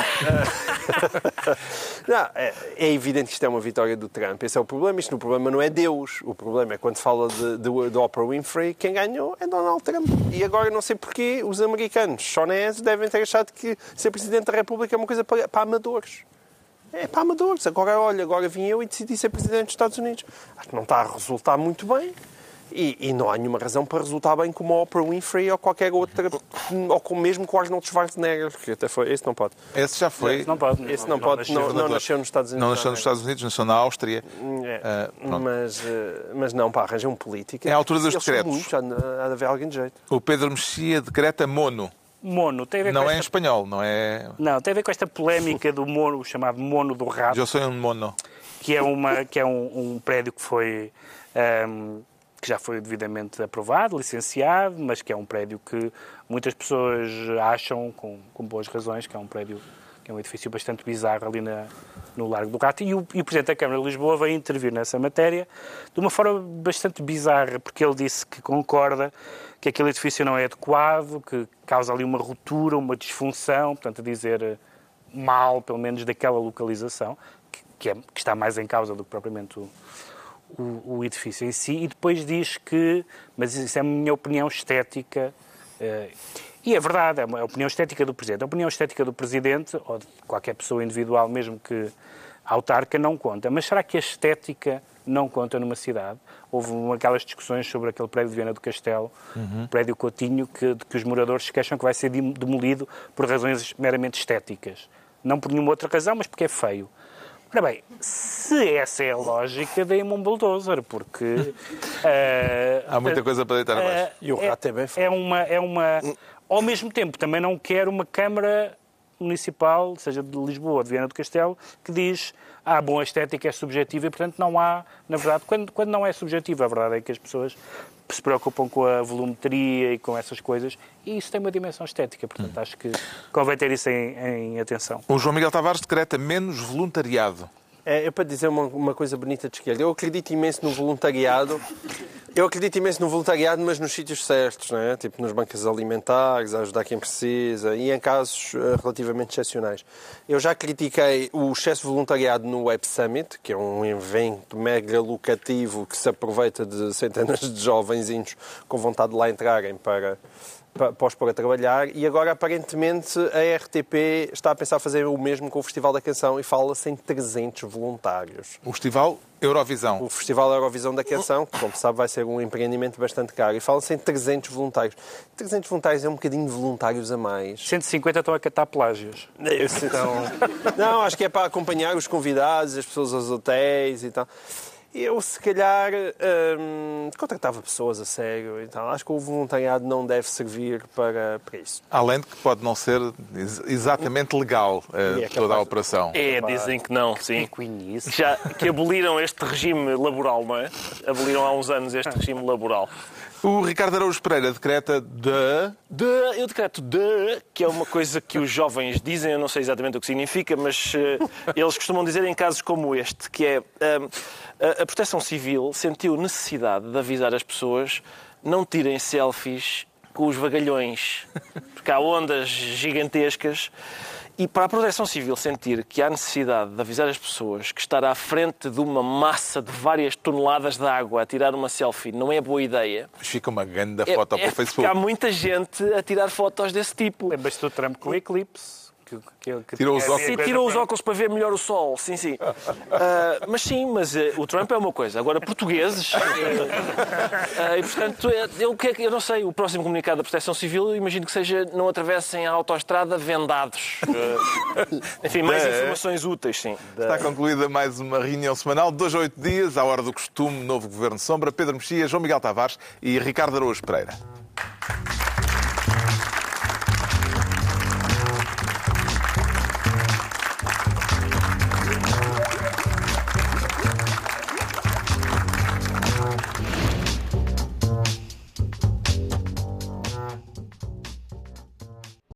Não, é, é evidente que isto é uma vitória do Trump. Esse é o problema. Isto, o problema não é Deus. O problema é quando se fala de, de, de Oprah Winfrey, quem ganhou é Donald Trump. E agora não sei porquê os americanos choneses devem ter achado que ser Presidente da República é uma coisa para, para amadores. É para amadores. Agora, olha, agora vim eu e decidi ser Presidente dos Estados Unidos. Acho que não está a resultar muito bem. E, e não há nenhuma razão para resultar bem como a Oprah Winfrey ou qualquer outra, ou com, mesmo com o Arnold Schwarzenegger, que até foi... Esse não pode. Esse já foi. Esse não pode. Esse não pode. Não, não nasceu nos Estados Unidos. Não nasceu nos Estados Unidos, nasceu na Áustria. É, Ah, pronto. mas, eh, mas não, pá, arranjam um político. É a altura dos Eles são decretos. muitos, há de há de haver alguém de jeito. O Pedro Mexia decreta mono. Mono, tem a ver Não com é em esta... espanhol, não é... Não, tem a ver com esta polémica do mono, o chamado mono do rato, Eu sou um mono. que é, uma, que é um, um prédio que foi ahm, que já foi devidamente aprovado, licenciado, mas que é um prédio que muitas pessoas acham, com, com boas razões, que é um prédio, que é um edifício bastante bizarro ali na, no Largo do Rato. E o, e o Presidente da Câmara de Lisboa veio intervir nessa matéria de uma forma bastante bizarra, porque ele disse que concorda que aquele edifício não é adequado, que causa ali uma ruptura, uma disfunção, portanto, a dizer mal, pelo menos, daquela localização, que, que, é, que está mais em causa do que propriamente o, o, o edifício em si, e depois diz que, mas isso é a minha opinião estética, eh, e é verdade, é a opinião estética do Presidente. A opinião estética do Presidente, ou de qualquer pessoa individual, mesmo que autarca, não conta. Mas será que a estética não conta numa cidade? Houve uma, aquelas discussões sobre aquele prédio de Viana do Castelo, uhum. prédio Coutinho, que, de que os moradores se queixam que vai ser demolido por razões meramente estéticas. Não por nenhuma outra razão, mas porque é feio. Ora bem, se essa é a lógica, deem-me um bulldozer, porque... Uh, Há muita coisa para deitar abaixo. E o rato é bem feio. É uma, é uma... Ao mesmo tempo, também não quero uma Câmara Municipal, seja de Lisboa ou de Viana do Castelo, que diz, ah, bom, a estética é subjetiva e, portanto, não há, na verdade, quando, quando não é subjetiva, a verdade é que as pessoas se preocupam com a volumetria e com essas coisas, e isso tem uma dimensão estética, portanto, acho que convém ter isso em, em atenção. O João Miguel Tavares decreta menos voluntariado. É, é para dizer uma, uma coisa bonita de esquerda. Eu acredito imenso no voluntariado. Eu acredito imenso no voluntariado, mas nos sítios certos, não é? Tipo nos bancos alimentares, a ajudar quem precisa e em casos uh, relativamente excepcionais. Eu já critiquei o excesso de voluntariado no Web Summit, que é um evento mega lucrativo que se aproveita de centenas de jovenzinhos com vontade de lá entrarem para... para os pôr a trabalhar, e agora, aparentemente, a R T P está a pensar fazer o mesmo com o Festival da Canção e fala-se em trezentos voluntários. O Festival Eurovisão. O Festival Eurovisão da Canção, que, como se sabe, vai ser um empreendimento bastante caro, e fala-se em trezentos voluntários. trezentos voluntários é um bocadinho de voluntários a mais. cento e cinquenta estão a catar plágios. Então, não, acho que é para acompanhar os convidados, as pessoas aos hotéis e tal. Eu, se calhar, hum, contratava pessoas a sério e tal. Acho que o voluntariado não deve servir para, para isso. Além de que pode não ser ex- exatamente legal uh, é toda a operação. É, dizem que não, sim. Com isso. Já que aboliram este regime laboral, não é? Aboliram há uns anos este regime laboral. O Ricardo Araújo Pereira decreta de... De, eu decreto de, que é uma coisa que os jovens dizem, eu não sei exatamente o que significa, mas uh, eles costumam dizer em casos como este, que é uh, a, a Proteção Civil sentiu necessidade de avisar as pessoas não tirem selfies com os vagalhões, porque há ondas gigantescas. E para a Proteção Civil sentir que há necessidade de avisar as pessoas que estar à frente de uma massa de várias toneladas de água a tirar uma selfie não é boa ideia. Mas fica uma grande É, foto é para o porque Facebook. há muita gente a tirar fotos desse tipo. Lembras-te do Trump com o Eclipse? Que, que, que Tirou os tinha a ver óculos. Sim, coisa tirou os para- óculos para ver melhor o sol, sim, sim. Ah, mas sim, mas ah, o Trump é uma coisa. Agora, portugueses... ah, ah, e, portanto, é- eu, o que é que- eu não sei, o próximo comunicado da Proteção Civil, eu imagino que seja não atravessem a autoestrada vendados. Ah, enfim, mais Da- informações úteis, sim. Está concluída mais uma reunião semanal de dois a oito dias, à hora do costume, novo Governo Sombra, Pedro Mexia, João Miguel Tavares e Ricardo Araújo Pereira.